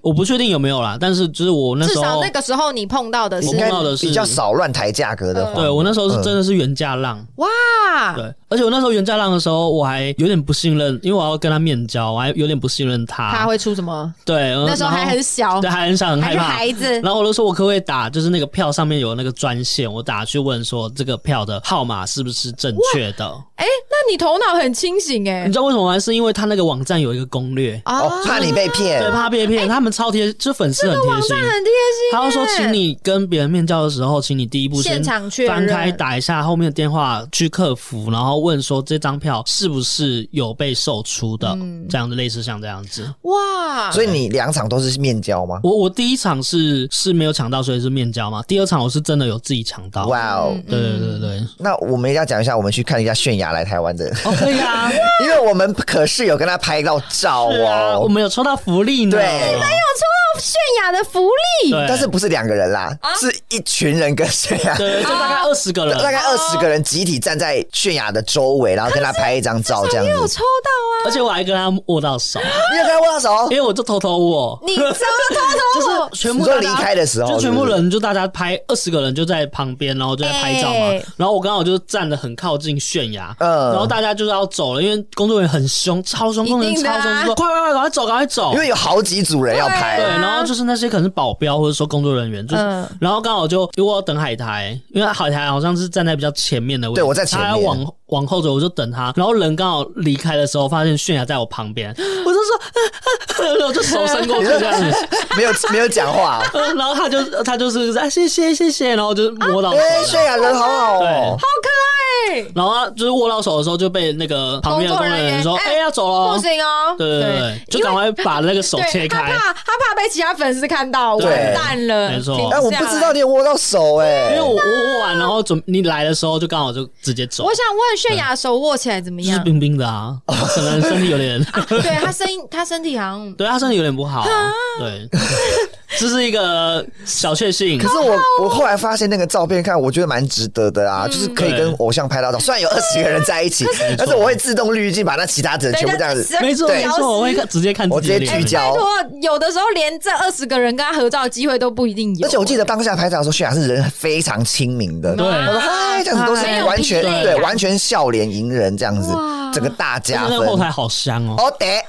我不确定有没有啦，但是就是我那时候至少那个时候你碰到的是， 我碰到的是比较少乱抬价格的。 对我那时候是真的是原价浪哇， 对，而且我那时候原价浪的时候，我还有点不信任，因为我要跟他面交，我还有点不信任他， 他会出什么？ 对， 那时候还很小， 对，还很小，很害怕， 还是孩子。 然后我就说，我可不可以打，就是那个票上面有那个专线，我打去问说这个票的号码是不是正确的？ 哎、欸，那你头脑很清醒哎、欸！ 你知道为什么吗？是因为他那个网站有一个攻略哦，怕你被骗， 对，怕被骗。欸、他们超贴，就粉丝很贴心， 网站很贴心、欸。 他就说，请你跟别人面交的时候，请你第一步先翻开打一下后面的电话去客服，然后问说这张票是不是有被售出的，嗯、这样子类似像这样子。 哇！ 所以你两场都是面交吗？ 我我第一场是是没有抢到，所以是面交嘛。第二场我是真的有自己抢到。 哇哦！ 对对对对。 那我们要讲一下，我们去看一下泫雅来台湾的。 哦，可以啊， 因为我们可是有跟他拍到照哦， 啊、我们有抽到福利呢。 对， 你们有抽到泫雅的福利， 但是不是两个人啦，啊、是一群人跟泫雅， 对，就大概二十个人， 大概二十个人集体站在泫雅的周围，然后跟他拍一张照，这样子。 你有抽到啊？ 而且我还跟他握到手， 你有跟他握到手？ 因为我就偷偷握。 你怎么偷偷握？ 就是全部离开的时候， 就全部人就大家拍二十个人就在旁边，然后就在拍照嘛。欸、然后我刚好就站得很靠近泫雅，嗯，然后大家就是要走了，因为工作人员很凶，超凶，工作人员超凶，就说快快快，赶快走，赶快走， 因为有好几组人要拍， 对，然后就是那些可能是保镖或者说工作人员，就是，嗯、然后刚好就因为我要等海苔，因为海苔好像是站在比较前面的位置， 对我在前面， 他要往往后走，我就等他，然后人刚好离开的时候，发现泫雅在我旁边，我就说，然后就手伸过去这样子， 没有没有讲话， 然后他就他就是啊谢谢谢谢，然后就摸到手， 哎，泫雅人好好哦， 好可爱。 然后他就是握到手的时候，就被那个旁边的工作人员说：“哎、欸，要走了， 不行哦。” 对对 对, 对，就赶快把那个手切开。 他怕他怕被其他粉丝看到，完蛋了。 没错， 但我不知道你有握到手哎、欸， 因为我我握完，然后准你来的时候就刚好就直接走。 我想问泫雅手握起来怎么样？ 就是冰冰的啊，可能身体有点。 啊、对他身他身体好像， 对他身体有点不好。对。这是一个小确幸， 可是我我后来发现那个照片看，我觉得蛮值得的啊，嗯、就是可以跟偶像拍到照。虽然有二十个人在一起，但是我会自动滤镜，把那其他人全部这样子。 没错没错，我会直接看， 我直接聚焦。 拜托，有的时候连这二十个人跟他合照的机会都不一定有。 而且我记得当下拍照的时候，泫雅是人非常亲民的， 对， 他说嗨，这样子都是完全对，完全笑脸迎人这样子，整个大加分。 那个后台好香哦， 哦对。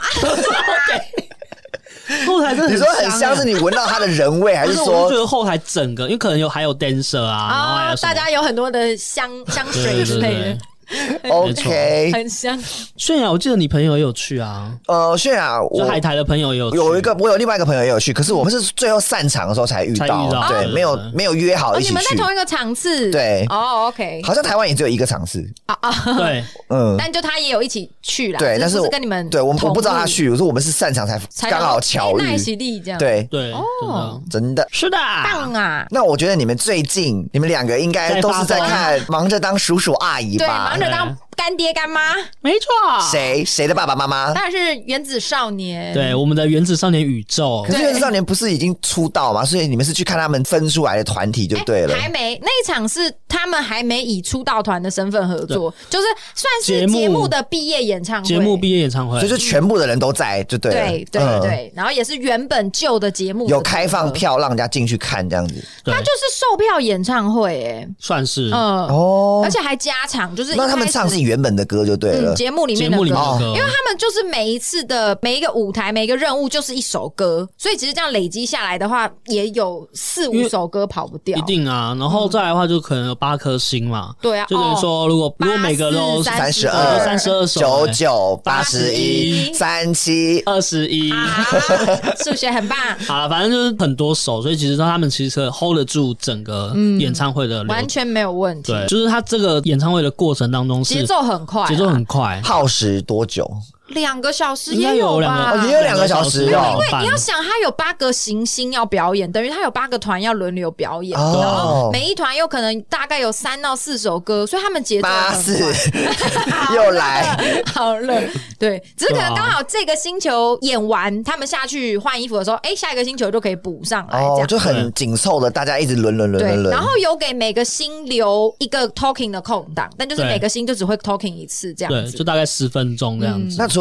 后台真的很香、欸， 你说很香，是你闻到它的人味，还是说？ 我就觉得后台整个，因为可能有还有 dancer 啊，然后还有大家有很多的香香水之类的。 OK， 很香。 泫雅，我记得你朋友也有去啊。 呃，泫雅， 就海苔的朋友也有去， 有一个，我有另外一个朋友也有去，可是我们是最后散场的时候才遇到， 才遇到对，没有没有约好一起去。 哦、你们在同一个场次， 对， 哦 ，OK， 好像台湾也只有一个场次啊啊， 对， 嗯，但就他也有一起去啦， 对，但是不是跟你们， 对我我不知道他去，我说我们是散场才刚好巧遇， 奈喜力这样， 对对，哦， 真的是的， 棒啊！ 那我觉得你们最近你们两个应该都是在看《忙着当叔叔阿姨》吧？ 对，忙着当。干爹干妈， 没错。 谁谁的爸爸妈妈？ 当然是原子少年。 对，我们的原子少年宇宙。 可是原子少年不是已经出道吗？所以你们是去看他们分出来的团体就对了。 欸、还没，那一场是他们还没以出道团的身份合作，就是算是节目的毕业演唱会。 节目毕业演唱会， 所以就全部的人都在，就对了。 对对、嗯、对，然后也是原本旧的节目， 有开放票让人家进去看这样子。 他就是售票演唱会、欸，哎， 算是， 嗯哦，而且还加场，就是那他们唱是原本的歌就对。 嗯，节目里面的歌， 歌因为他们就是每一次的每一个舞台、每一个任务就是一首歌，所以其实这样累积下来的话，也有四五首歌跑不掉。 一定啊，然后再来的话，就可能有八颗星嘛。 嗯、对啊， 就等于说，如果、哦、如果每个都三十二、 三十二首、 九九、八十一、三七、 二十一， 数学很棒。 好了，反正就是很多首，所以其实他们其实 hold 得住整个演唱会的、嗯， 完全没有问题。 对，就是他这个演唱会的过程当中是节奏很快、啊， 节奏很快， 耗时多久？ 两个小时也有吧， 也有两个小时哦。 因为你要想，他有八个行星要表演，等于他有八个团要轮流表演， 哦、 然后每一团有可能大概有三到四首歌，所以他们节奏很快。 又来， 好了，对，只是可能刚好这个星球演完，他们下去换衣服的时候，哎，下一个星球就可以补上来，这样、 哦、就很紧凑的，大家一直轮轮轮轮轮。 然后有给每个星留一个 talking 的空档，但就是每个星就只会 talking 一次这样子， 对，就大概十分钟这样子。 嗯、那除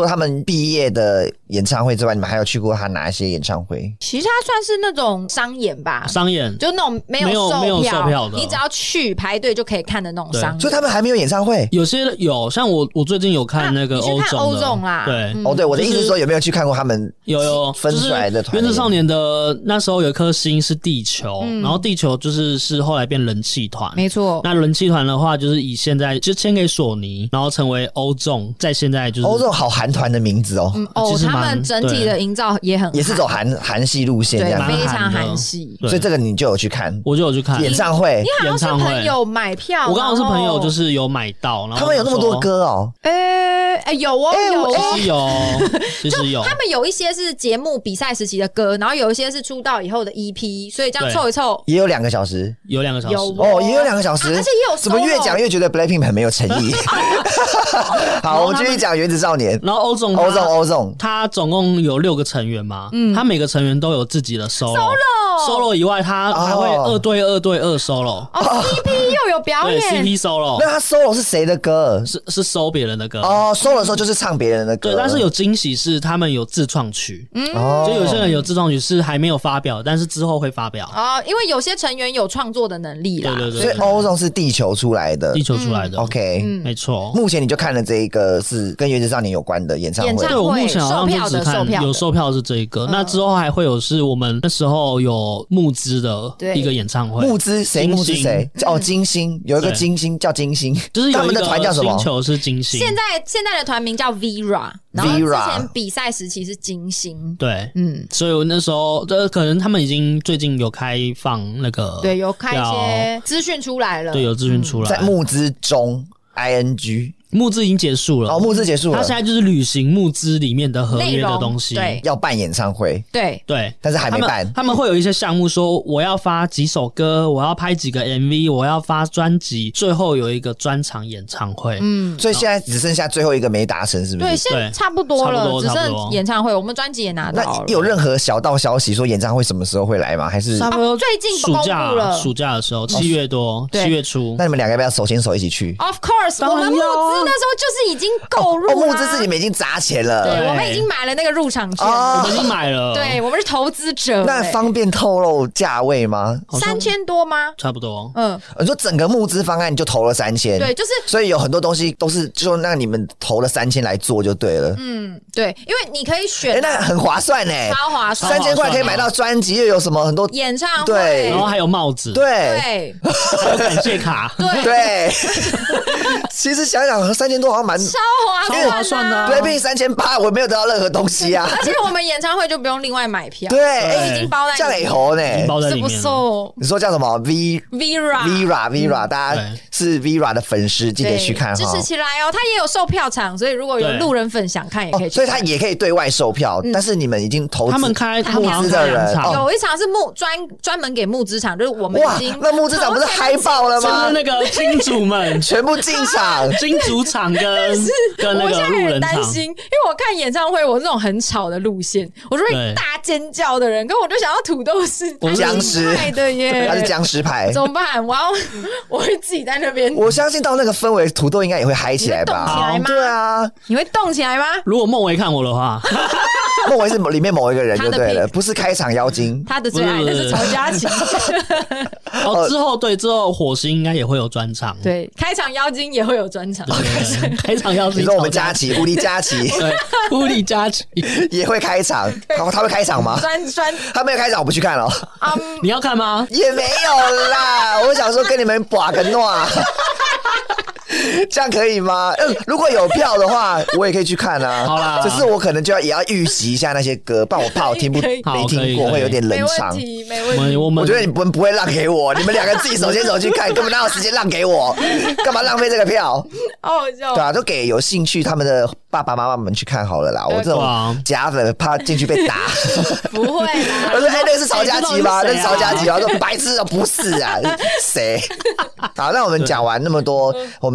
除了他们毕业的演唱会之外，你们还有去过他哪一些演唱会？ 其实他算是那种商演吧， 商演就那种没有售票， 没有售票的， 你只要去排队就可以看的那种商演。 所以他们还没有演唱会？ 有些有，像我我最近有看那个欧总的， 欧总啦。 对， 哦，对，我的意思是说有没有去看过他们有有分出来的团？ 原子少年的那时候有一颗星是地球，然后地球就是是后来变人气团， 没错。 那人气团的话，就是以现在就签给索尼，然后成为欧众，在现在就是欧众好韩团的名字哦。 嗯哦，他们整体的营造也很也是走韩韩系路线， 对，非常韩系。 所以这个你就有去看， 我就有去看演唱会。 你好像是朋友买票， 我刚好是朋友，就是有买到，然后他们有那么多歌哦。 诶诶，有哦有哦， 其实有，其实有。 他们有一些是节目比赛时期的歌，然后有一些是出道以后的 E P， 所以这样凑一凑也有两个小时， 有两个小时哦，也有两个小时， 而且也有。 怎么越讲越觉得 Blackpink 很没有诚意？好，我们继续讲原子少年。 然后欧总， 欧总，欧总， 他总共有六个成员嘛，嗯，他每个成员都有自己的 solo，solo 以外，他还会二对二对二 solo， 哦 ，C P 又有表演 ，C P solo。 那他 solo 是谁的歌？ 是是收别人的歌哦 ，solo 的时候就是唱别人的歌。 对，但是有惊喜是他们有自创曲，嗯，就有些人有自创曲是还没有发表，但是之后会发表哦，因为有些成员有创作的能力啦， 对对对， 所以欧总是地球出来的， 地球出来的 ，OK， 没错。 目前你就看了这一个是跟原子少年有关的演唱会， 对， 我目前好像就只看有售票是这一个，那之后还会有是我们那时候有募资的一个演唱会， 募资谁募资谁？哦，金星有一个金星叫金星， 就是他们的团叫什么？ 星球是金星， 现在现在的团名叫 Vera， 然后之前比赛时期是金星， 对，嗯，所以我那时候这可能他们已经最近有开放那个， 对，有开一些资讯出来了， 对，有资讯出来， 在募资中 I N G。 募资已经结束了哦，募资结束了。 他现在就是履行募资里面的合约的东西， 对， 要办演唱会， 对对， 但是还没办他。他们会有一些项目说，我要发几首歌，我要拍几个 M V， 我要发专辑，最后有一个专场演唱会。嗯， 所以现在只剩下最后一个没达成，是不是？ 对，现在差不多了，只剩演唱会。我们专辑也拿到了。 那有任何小道消息说演唱会什么时候会来吗？还是差不多最近暑假了？暑假的时候，七月多，七月初。 那你们两个要不要手牵手一起去 ？Of course， 我们募资那时候就是已经购入了， 募资是你们已经砸钱了， 对，我们已经买了那个入场券， 我们已经买了， 对，我们是投资者。 那方便透露价位吗？ 三千多吗？ 差不多。 嗯，你说整个募资方案就投了三千， 对，就是， 所以有很多东西都是就让你们投了三千来做就对了。 嗯，对，因为你可以选， 那很划算呢， 超划算， 三千块可以买到专辑，又有什么很多演唱会， 对， 然后还有帽子， 对， 对， 还有感谢卡， 对对。其实想想，三千多好像蛮超划算的， 对，并三千八，我没有得到任何东西啊。 而且我们演唱会就不用另外买票， 对， 已经包在这样也好呢， 包在里面。 你说叫什么 V Vera Vera Vera，大家是 Vera 的粉丝，记得去看， 支持起来哦。他也有售票场，所以如果有路人粉想看也可以去， 所以他也可以对外售票。但是你们已经投资， 他们开募资的人有一场是募专专门给募资场，就是我们已经那募资场不是嗨爆了吗？ 就是那个金主们全部进场， 金主场跟跟那个路人场。 担心，因为我看演唱会，我这种很吵的路线，我就会大尖叫的人，可我就想要土豆是僵尸派的耶， 他是僵尸派， 怎么办？我要我会自己在那边。 我相信到那个氛围，土豆应该也会嗨起来吧？ 动起来吗？ 对啊， 你会动起来吗？ 如果孟维看我的话， 孟维是里面某一个人就对了，不是开场妖精， 他的最爱那是曹佳琪。 哦，之后对之后火星应该也会有专场， 对，开场妖精也会有专场， 开场妖精。 你说我们佳琪，无敌佳琪， 对，无敌佳琪也会开场，他他会开场吗？ 专专他没有开场，我不去看了。 你要看吗？ 也没有啦，我想说跟你们把个诺。这样可以吗？嗯，如果有票的话，我也可以去看啊。 好啦， 只是我可能就要也要预习一下那些歌，不然我怕我听不没听过，会有点冷场。 没问题，没问题。 我们我觉得你们不会让给我，你们两个自己手牵手去看，根本哪有时间让给我？干嘛浪费这个票？ 哦， 对啊，就给有兴趣他们的爸爸妈妈们去看好了啦。我这种假粉怕进去被打。 不会啦。 我说哎，那个是曹佳琪吗？那是曹佳琪吗？我说白痴啊，不是啊，谁？好，那我们讲完那么多，我们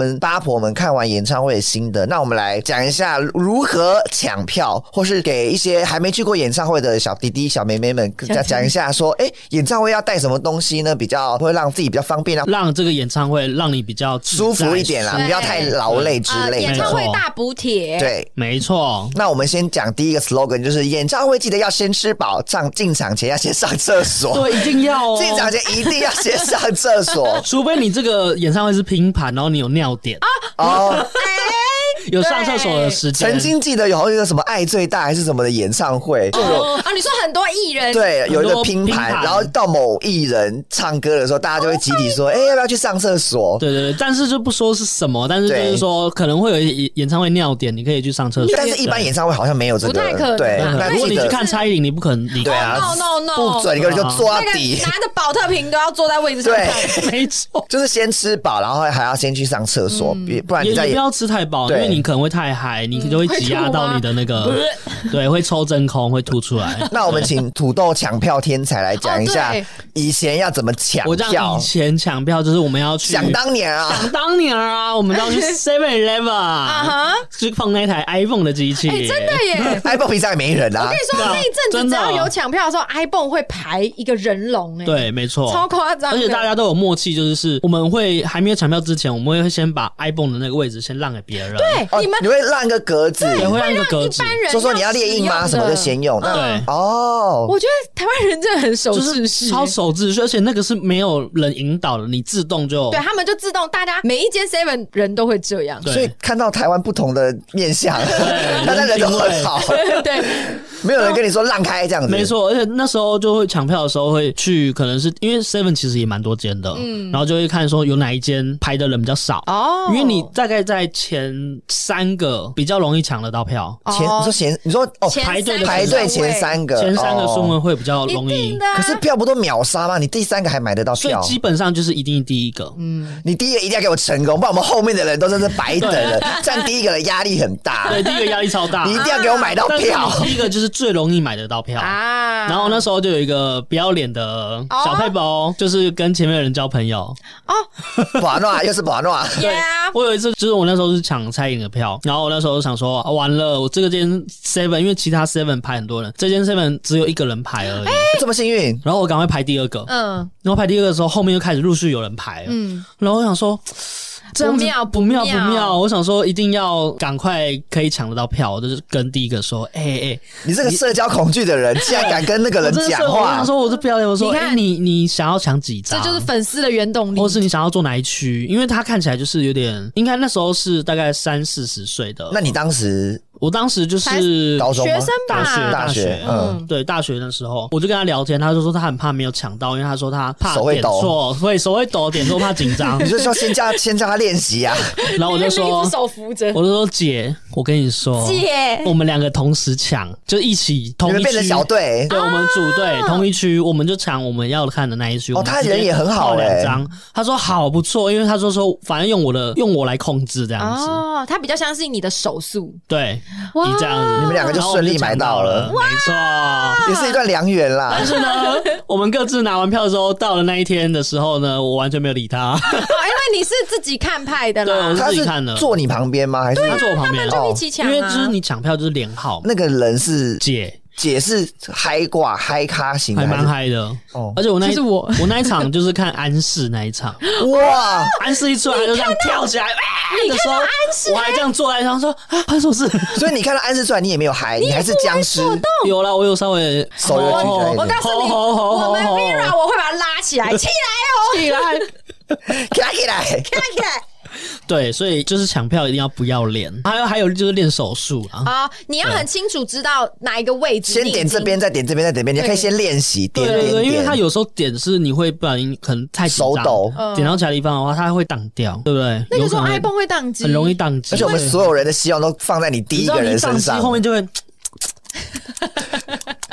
们八婆们看完演唱会的心得，那我们来讲一下如何抢票，或是给一些还没去过演唱会的小弟弟小妹妹们讲讲一下说，哎，演唱会要带什么东西呢，比较会让自己比较方便啊， 让这个演唱会让你比较舒服一点啦，不要太劳累之类的、 呃、演唱会大补帖， 对， 没错。 那我们先讲第一个 slogan， 就是演唱会记得要先吃饱，上进场前要先上厕所。 对，一定要哦， 进场前一定要先上厕所， 除非你这个演唱会是拼盘，然后你有尿点啊哦。有上厕所的时间。 曾经记得有一个什么爱最大还是什么的演唱会， 哦啊，你说很多艺人对有一个拼盘，然后到某艺人唱歌的时候，大家就会集体说，哎、欸，要不要去上厕所？ 对对对，但是就不说是什么，但是就是说可能会有演唱会尿点，你可以去上厕所。 但是一般演唱会好像没有这个， 不太可能。 对， 如果你去看蔡依林，你不可能离开。 对啊 ，no no no， 不准，你可能就坐到底， 那个、拿着保特瓶都要坐在位置上看。 对，没错， 就是先吃饱，然后还要先去上厕所，嗯、不然你再也不要吃太饱，因为你可能会太嗨。你就会挤压到你的那个，对，会抽真空，会吐出来。 那我们请土豆抢票天才来讲一下，以前要怎么抢票。 我讲以前抢票就是我们要去， 想当年啊， 想当年啊，我们要去 seven eleven 啊，去放那台 iPhone 的机器。 哎、欸，真的耶 ！iPhone 平常也没人啊。 我跟你说，那一阵子只要有抢票的时候 ，iPhone 会排一个人龙，哎， 对，没错， 超夸张。 而且大家都有默契，就是是我们会还没有抢票之前，我们会先把 iPhone 的那个位置先让给别人。 对， 哦、 你们你会让一个格子。 也会让一个格子， 说说你要列印吗？什么就先用。 对哦， 我觉得台湾人真的很守秩序， 超守秩序，而且那个是没有人引导的，你自动就对他们就自动，大家每一间 seven 人都会这样， 所以看到台湾不同的面向，大家人都很好， 对， 没有人跟你说让开这样子， 没错。而且那时候就会抢票的时候会去，可能是因为 seven 其实也蛮多间的，嗯，然后就会看说有哪一间排的人比较少哦，因为你大概在前三个比较容易抢得到票。 前你说前你说哦排队的排队前三个前三个顺位会比较容易， 可是票不都秒杀吗？你第三个还买得到票， 所以基本上就是一定第一个。 嗯，你第一个一定要给我成功，不然我们后面的人都真是白等了。占第一个的压力很大， 对，第一个压力超大， 你一定要给我买到票。 第一个就是最容易买得到票啊。然后那时候就有一个不要脸的小配包，就是跟前面的人交朋友哦，瓦诺又是瓦诺。 对啊，我有一次就是我那时候是抢蔡依林的票，然后我那时候想说、啊、完了，我这个间 seven 因为其他 seven 排很多人，这间 seven 只有一个人排而已，欸、 这么幸运。 然后我赶快排第二个，嗯，然后排第二个的时候，后面就开始陆续有人排了，嗯，然后我想说。 不妙不妙不妙！我想说一定要赶快可以抢得到票，我就是跟第一个说，哎、欸、哎、欸， 你这个社交恐惧的人，竟然敢跟那个人讲话！ 我想说我是不要脸，我说，哎、欸，你你想要抢几张？ 这就是粉丝的原动力， 或是你想要坐哪一区？因为他看起来就是有点，应该那时候是大概三四十岁的。 那你当时？ 我当时就是高中学生吧， 大学大学， 嗯，对，大学的时候，我就跟他聊天，他就说他很怕没有抢到，因为他说他怕点错，会手会抖，点错怕紧张。 你就说先叫先叫他练习啊， 然后我就说， 一只手扶着， 我就说姐，我跟你说， 姐， 我们两个同时抢，就一起同一区， 变成小队， 对，我们组队同一区，我们就抢我们要看的那一区。 哦，他人也很好两张，他说好不错，因为他说说反正用我的用我来控制这样子。 哦，他比较相信你的手速， 对，你这样。 你们两个就顺利买到了， 没错， 也是一段良缘啦。 但是呢，我们各自拿完票的时候，到了那一天的时候呢，我完全没有理他， 哦、因为你是自己看派的啦。 对，我是自己看的。 他是坐你旁边吗？还是他坐我旁边？ 就一起抢、啊， 因为就是你抢票就是连号， 那个人是姐。 姐是嗨挂嗨咖型的， 还蛮嗨的哦。而且我那就是我我那一场就是看安室那一场， 哇！ 安室一出来就这样跳起来， 你看到安室， 我还这样坐在上说啊，发生什么事？ 所以你看到安室出来，你也没有嗨，你还是僵尸。 有啦，我有稍微手有举起来。 我告诉你，我们 Vera 我会把它拉起来，起来哦， 起来， 起来，起来， 起来。 对，所以就是抢票一定要不要脸，还有还有就是练手速啊！ 啊、哦，你要很清楚知道哪一个位置， 先点这边，再点这边，再点这边，你可以先练习点点点。 对对，因为他有时候点是你会不然可能太手抖， 点到其他地方的话，它会挡掉，对不对？ 那个时候 iPhone 会宕机， 很容易宕机， 而且我们所有人的希望都放在你第一个人身上， 后面就会。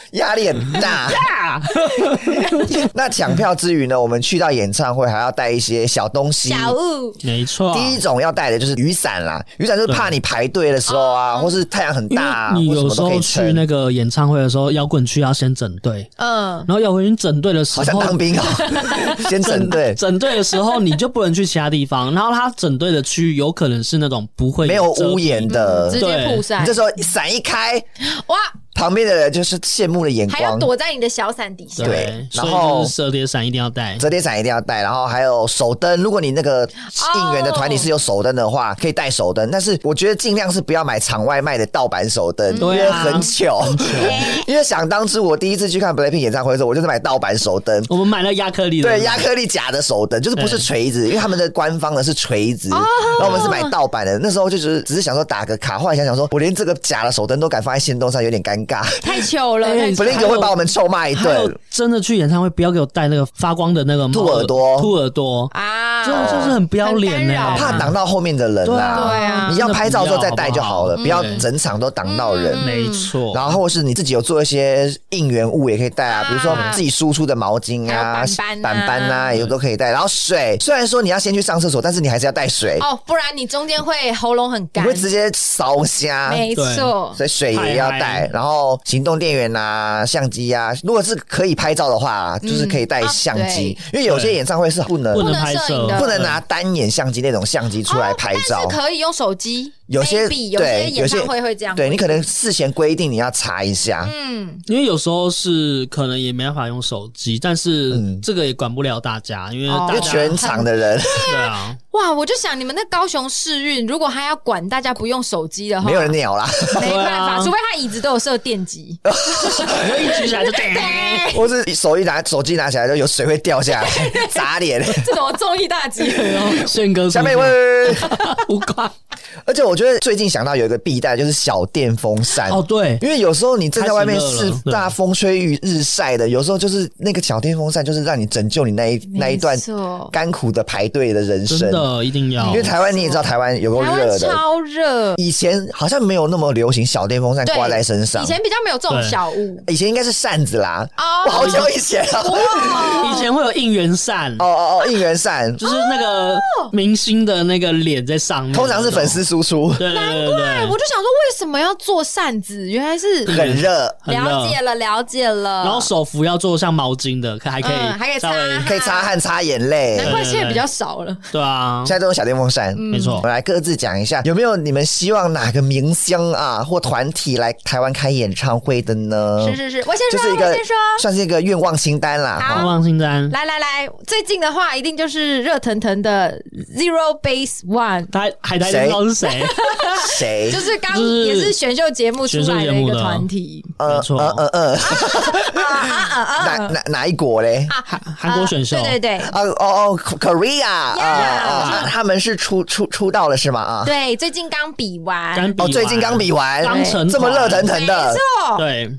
压力很大。那抢票之余呢，我们去到演唱会还要带一些小东西， 小物， 没错。 第一种要带的就是雨伞啦，雨伞就是怕你排队的时候啊，或是太阳很大、啊， 你有时候去那个演唱会的时候，摇滚区要先整队，嗯，然后摇滚区整队的时候， 好像当兵哦，先整队， 整队的时候你就不能去其他地方，然后他整队的区域有可能是那种不会没有屋檐的， 嗯、直接曝晒， 你这时候伞一开， 哇！ 旁边的人就是羡慕的眼光， 还要躲在你的小伞底下。 对，然后折叠伞一定要带， 折叠伞一定要带，然后还有手灯。如果你那个应援的团体是有手灯的话， oh. 可以带手灯。但是我觉得尽量是不要买场外卖的盗版手灯，因为很糗。因为想当初我第一次去看 BLACKPINK 演唱会的时候，我就是买盗版手灯。 我们买了亚克力的， 对，亚克力假的手灯，就是不是锤子，因为他们的官方的是锤子， oh. 然后我们是买盗版的。那时候就只是只是想说打个卡，后来想想说，我连这个假的手灯都敢放在限动上，有点尴尬， 太糗了。 BLACKPINK 会把我们臭骂一顿。 真的去演唱会不要给我戴那个发光的那个兔耳朵， 兔耳朵啊，这种就是很不要脸呢、欸， 怕挡到后面的人啦。 对啊， 你要拍照的时候再戴就好了，不要整场都挡到人。 没错。 然后或是你自己有做一些应援物也可以带啊，比如说自己输出的毛巾啊、板板啊，也都可以带。然后水，虽然说你要先去上厕所，但是你还是要带水哦，不然你中间会喉咙很干， 你会直接烧瞎。 没错， 所以水也要带。然后行动电源啊、相机啊，如果是可以拍照的话，就是可以带相机，因为有些演唱会是不能不能拍摄， 不能拿单眼相机那种相机出来拍照， 但是可以用手机。 有些对，有些演唱会会这样， 对你可能事前规定你要查一下， 嗯，因为有时候是可能也没办法用手机，但是这个也管不了大家，因为大家全场的人， 对啊， 哇，我就想你们那高雄市运，如果还要管大家不用手机的话， 没有人鸟啦， 没办法，除非他椅子都有设电击， 一举起来就对， 或是手一拿手机拿起来就有水会掉下来砸脸， 这种综艺大集合哦， 宪哥下面一位无关。 而且我觉得最近想到有一个必带就是小电风扇哦，对， 因为有时候你正在外面是大风吹日晒的，有时候就是那个小电风扇就是让你拯救你那一那一段甘苦的排队的人生， 真的一定要。 因为台湾你也知道，台湾有够热的， 超热。 以前好像没有那么流行小电风扇挂在身上， 以前比较没有这种小物， 以前应该是扇子啦。哦，好久以前了， 以前会有应援扇， 哦哦哦，应援扇就是那个明星的那个脸在上面， 通常是粉丝输出。 对对对对， 难怪我就想说为什么要做扇子，原来是很热。 了解了，了解了。 然后手幅要做像毛巾的，还可以、 嗯、还可以擦， 可以擦汗、擦眼泪。 难怪现在比较少了。 对啊， 现在都用小电风扇。 没错。 我们来各自讲一下，有没有你们希望哪个明星啊或团体来台湾开演唱会的呢？ 是是是，我先说， 就是一个我先说， 算是一个愿望清单啦。 愿望清单， 来来来，最近的话一定就是热腾腾的 Zero Base One。 海海苔知道是谁？ 谁？ 就是刚也是选秀节目出来的一个团体。 没错， 呃呃呃，哪哪哪一国嘞？ 韩韩国选秀， 对对对， 哦哦哦 ，Korea 啊，他们是出出出道了是吗？啊， 对，最近刚比完， 哦，最近刚比完， 刚成这么热腾腾的， 没错， 对。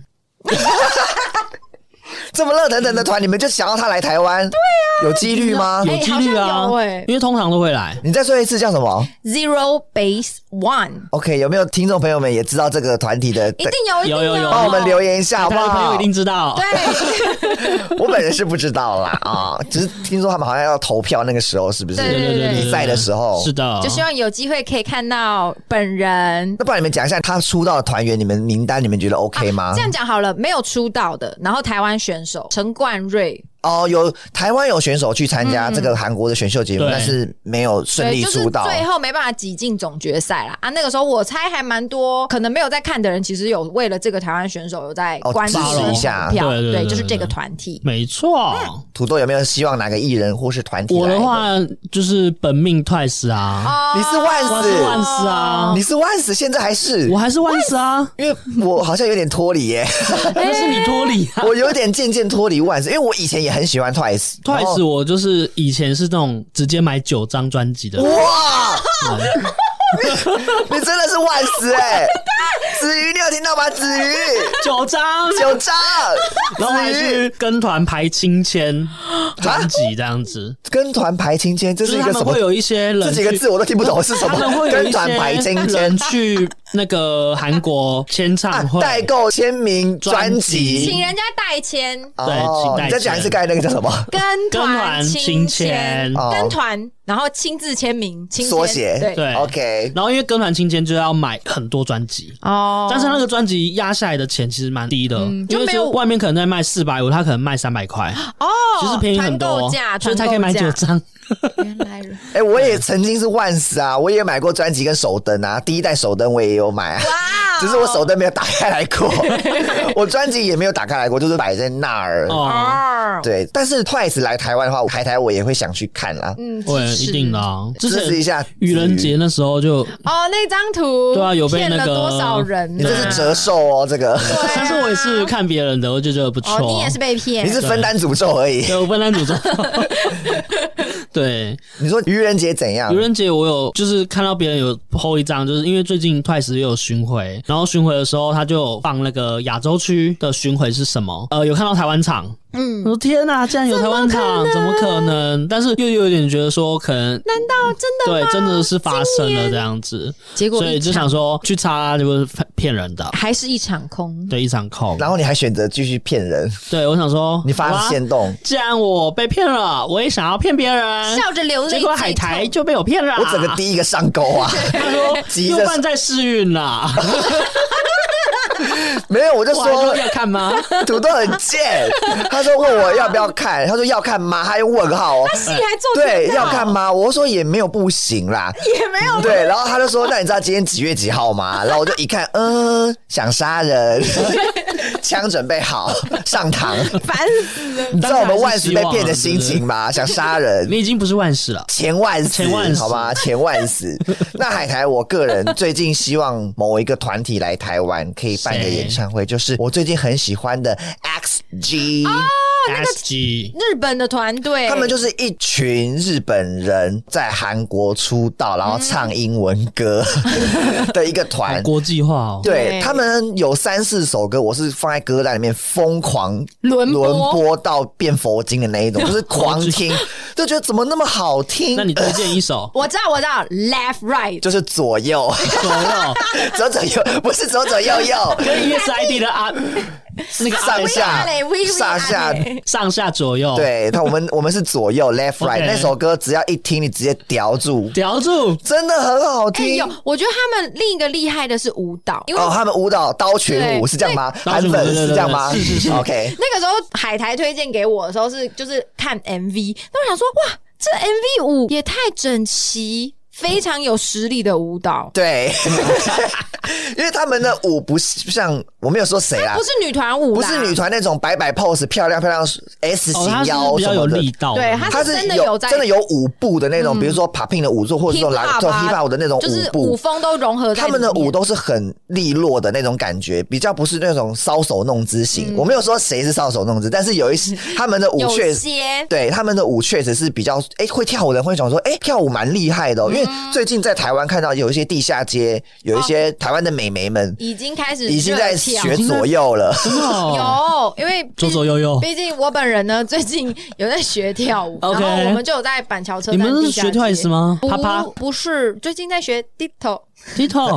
这么热腾腾的团，你们就想要他来台湾？对啊，有几率吗？ 有几率啊， 欸、 因为通常都会来。 你再说一次叫什么 ？Zero Base One。OK， 有没有听众朋友们也知道这个团体的？ 一定有， 有有有， 帮我们留言一下好不好？ 朋友一定知道。 对， 我本人是不知道啦啊，只是听说他们好像要投票，那个时候是不是？ 对对对， 比赛的时候是的， 就希望有机会可以看到本人。 那不然你们讲一下他出道的团员，你们名单你们觉得 OK 吗？ 啊、这样讲好了，没有出道的，然后台湾选手陈冠瑞。 哦，有台湾有选手去参加这个韩国的选秀节目，嗯、但是没有顺利出道， 就是、最后没办法挤进总决赛啦。啊，那个时候我猜还蛮多，可能没有在看的人，其实有为了这个台湾选手有在关注一下， 票， 对对 对, 对，就是这个团体， 没错。 嗯、 土豆有没有希望哪个艺人或是团体来的？ 我的话就是本命 Twice 啊， 哦、 你是万斯， 我是万斯啊， 你是万斯，现在还是我还是万斯啊， 因为我好像有点脱离耶， 但是你脱离啊， 我有点渐渐脱离万斯，因为我以前也很喜欢 Twice。Twice 我就是以前是那种直接买九张专辑的。 哇！你, 你真的是万斯哎、欸！子瑜，你有听到吗？子瑜， 九张， 九张， 然后还去跟团排亲签专辑这样子。 跟团排亲签，这是一个什么？ 就是他们会有一些人， 这几个字我都听不懂是什么。 他们会有一些人去那个韩国签唱会、 啊、代购签名专辑， 请人家代签。 对，请代签。 你再讲一次，刚才那个叫什么？ 跟团亲签， 哦、 跟团，然后亲自签名，亲缩写， 对对 ，OK。 然后因为跟团亲签就要买很多专辑哦，但是那个专辑压下来的钱其实蛮低的，嗯、因为是外面可能在卖四百五，他可能卖三百块哦，其实便宜很多，所以才可以买九张。 原来人， 哎、欸，我也曾经是万斯啊，我也买过专辑跟手灯啊，第一代手灯我也有买啊，只是我手灯没有打开来过，我专辑也没有打开来过，就是摆在那儿。哦，对，但是 Twice 来台湾的话，台台我也会想去看啦。 嗯， 对，一定的、啊。 支持一下愚人节那时候就哦，那张图对啊，有被那个骗了多少人？ 你这是折寿哦，这个。 对、啊， 但是我也是看别人的，我就觉得不错、 哦。你也是被骗， 你是分担诅咒而已。 对，我分担诅咒。对， 你说愚人节怎样？ 愚人节我有就是看到别人有 po 一张，就是因为最近 Twice 也有巡回，然后巡回的时候他就有放那个亚洲区的巡回是什么？呃，有看到台湾场。嗯，我说天哪，竟然有台湾场，怎么可能？但是又有点觉得说，可能难道真的吗？ 对，真的是发生了这样子， 结果所以就想说去查就是骗人的， 还是一场空？ 对，一场空。 然后你还选择继续骗人？ 对，我想说， 你发现动， 既然我被骗了，我也想要骗别人， 笑着流泪。 结果海苔就被我骗了， 我整个第一个上钩啊！ 他说又办在世运啦。 没有，我就说要看吗？ 土豆很贱，他说问我要不要看，他说要看吗？他用问号哦， 他戏还做对，要看吗？我说也没有不行啦， 也没有对，然后他就说那你知道今天几月几号吗？然后我就一看，嗯、呃，想杀人，枪准备好上膛， 烦死了！ 你知道我们万斯被骗的心情吗？想杀人， 你已经不是万斯了， 前万斯， 前万斯， 好吧，前万斯。那海苔，我个人最近希望某一个团体来台湾可以办个演唱会，就是我最近很喜欢的 X G。 哦，那个 X G 日本的团队， 他们就是一群日本人在韩国出道，然后唱英文歌的一个团， 国际化哦。 对，他们有三四首歌，我是放在歌单里面疯狂轮轮播到变佛经的那一种，就是狂听，就觉得怎么那么好听。 那你推荐一首？ 我知道，我知道 ，Left Right 就是左右左右左左右，不是左左右右， 跟 E S I D 的啊。那个上下上下上下左右， 对，他我们我们是左右 left right， 那首歌只要一听，你直接叼住， 叼住， 真的很好听。 欸、有，我觉得他们另一个厉害的是舞蹈，因为哦，他们舞蹈刀拳舞是这样吗？韩粉是这样吗？ 是是是 ，OK。 那个时候海苔推荐给我的时候是就是看 M V， 那我想说哇，这 M V 舞也太整齐。非常有实力的舞蹈， 对，因为他们的舞不是像我没有说谁啦， 不是女团舞， 不是女团那种摆摆 pose 漂亮漂亮 S 型腰什么的， 哦、比较有力道。 对，他是真的有在真的有舞步的那种，嗯、比如说 popping 的舞作，或者说来做 hip hop 的那种舞步， 就是舞风都融合在。 他们的舞都是很利落的那种感觉，比较不是那种搔首弄姿型。嗯、我没有说谁是搔首弄姿，但是有一些他们的舞确实，对他们的舞确实是比较哎、欸、会跳舞的人会想说哎、欸、跳舞蛮厉害的、哦，嗯、因为最近在台湾看到有一些地下街，有一些台湾的美眉们、哦、 已经开始已经在学左右了， 有，因为左左右右。 毕竟我本人呢，最近有在学跳舞， okay, 然后我们就有在板桥车站。 你们是学 Twice 吗？ 不啪啪不是，最近在学 Ditto。 Ditto，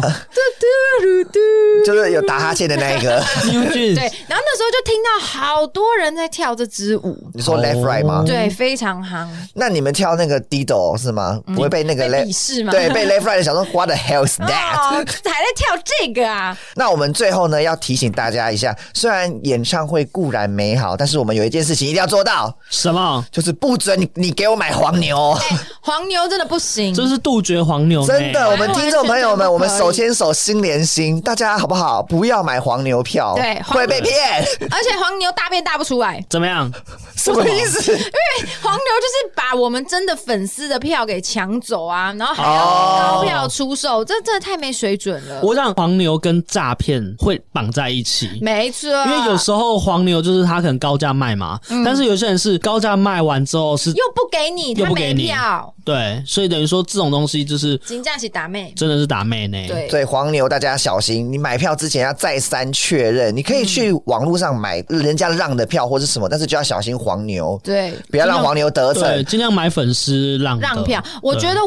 就是有打哈欠的那一个。 对，然后那时候就听到好多人在跳这支舞。 你说 left right 吗？ 对，非常夯。 那你们跳那个 Dido 是吗？不会被那个 left 鄙视吗？ 对，被 left right 的想说 What the hell is that？ 哦，还在跳这个啊？ 那我们最后呢，要提醒大家一下，虽然演唱会固然美好，但是我们有一件事情一定要做到。 什么？ 就是不准你你给我买黄牛。 欸、黄牛真的不行， 这是杜绝黄牛。 真的，我们听众朋友们，我们手牵手心连心，大家好不好？不要买黄牛票， 对， 会被骗。 而且黄牛大便大不出来， 怎么样？ 什么意思？因为黄牛就是把我们真的粉丝的票给抢走啊，然后还要高票出售，哦、这真的太没水准了。 我让黄牛跟诈骗会绑在一起， 没错。 因为有时候黄牛就是他可能高价卖嘛，嗯、但是有些人是高价卖完之后是又不给你， 又不给你票， 对，所以等于说这种东西就是真的是打妹， 真的是打妹呢。 对， 所以黄牛大家小心，你买票之前要再三确认。你可以去网络上买人家让的票或是什么，但是就要小心黄牛， 对， 不要让黄牛得逞， 对，尽量买粉丝让让票。我觉得我们不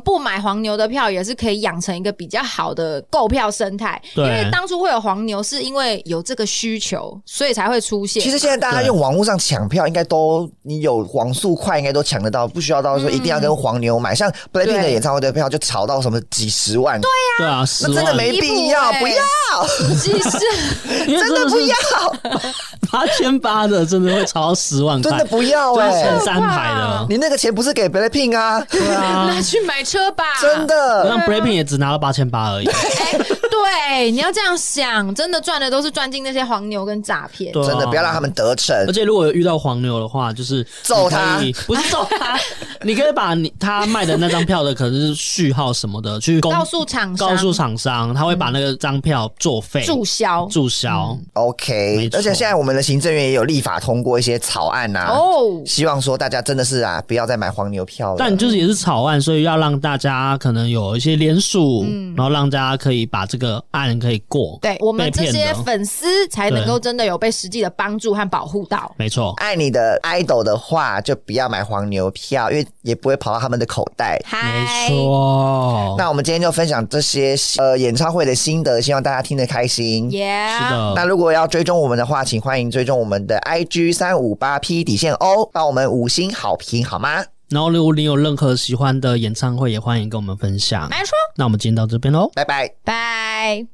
不买黄牛的票，也是可以养成一个比较好的购票生态。因为当初会有黄牛，是因为有这个需求，所以才会出现。 其实现在大家用网络上抢票，应该都你有网速快，应该都抢得到，不需要到说一定要跟黄牛买。嗯、像 BLACKPINK 的演唱会的票就炒到什么几十万， 对呀、啊， 对啊， 那真的没必要，不要， 其实真的不要， 八千八的真的会炒到十万块， 真的不要哎、欸， 前三排的， 你那个钱不是给 BLACKPINK 啊？ 对啊， 拿去买车吧， 真的， 让 BLACKPINK 也只拿了八千八而已。 欸对，你要这样想，真的赚的都是赚进那些黄牛跟诈骗， 真的不要让他们得逞。 而且如果有遇到黄牛的话，就是揍他， 不是揍他，你可以把你他卖的那张票的可能是序号什么的去告诉厂商， 告诉厂商，他会把那个张票作废、 注销、 注销。 嗯、OK， 而且现在我们的行政院也有立法通过一些草案啊，哦，希望说大家真的是啊，不要再买黄牛票了。 但就是也是草案，所以要让大家可能有一些联署，嗯、然后让大家可以把这个案可以过。 对，我们这些粉丝才能够真的有被实际的帮助和保护到。 没错， 爱你的 idol 的话，就不要买黄牛票，因为也不会跑到他们的口袋。 没错。 那我们今天就分享这些呃演唱会的心得，希望大家听得开心。 Yeah， 是的。 那如果要追踪我们的话，请欢迎追踪我们的 I G 三五八 P 底线 O， 帮我们五星好评好吗？ 然后如果你有任何喜欢的演唱会，也欢迎跟我们分享。 没错。 那我们今天到这边咯， 拜拜， 拜。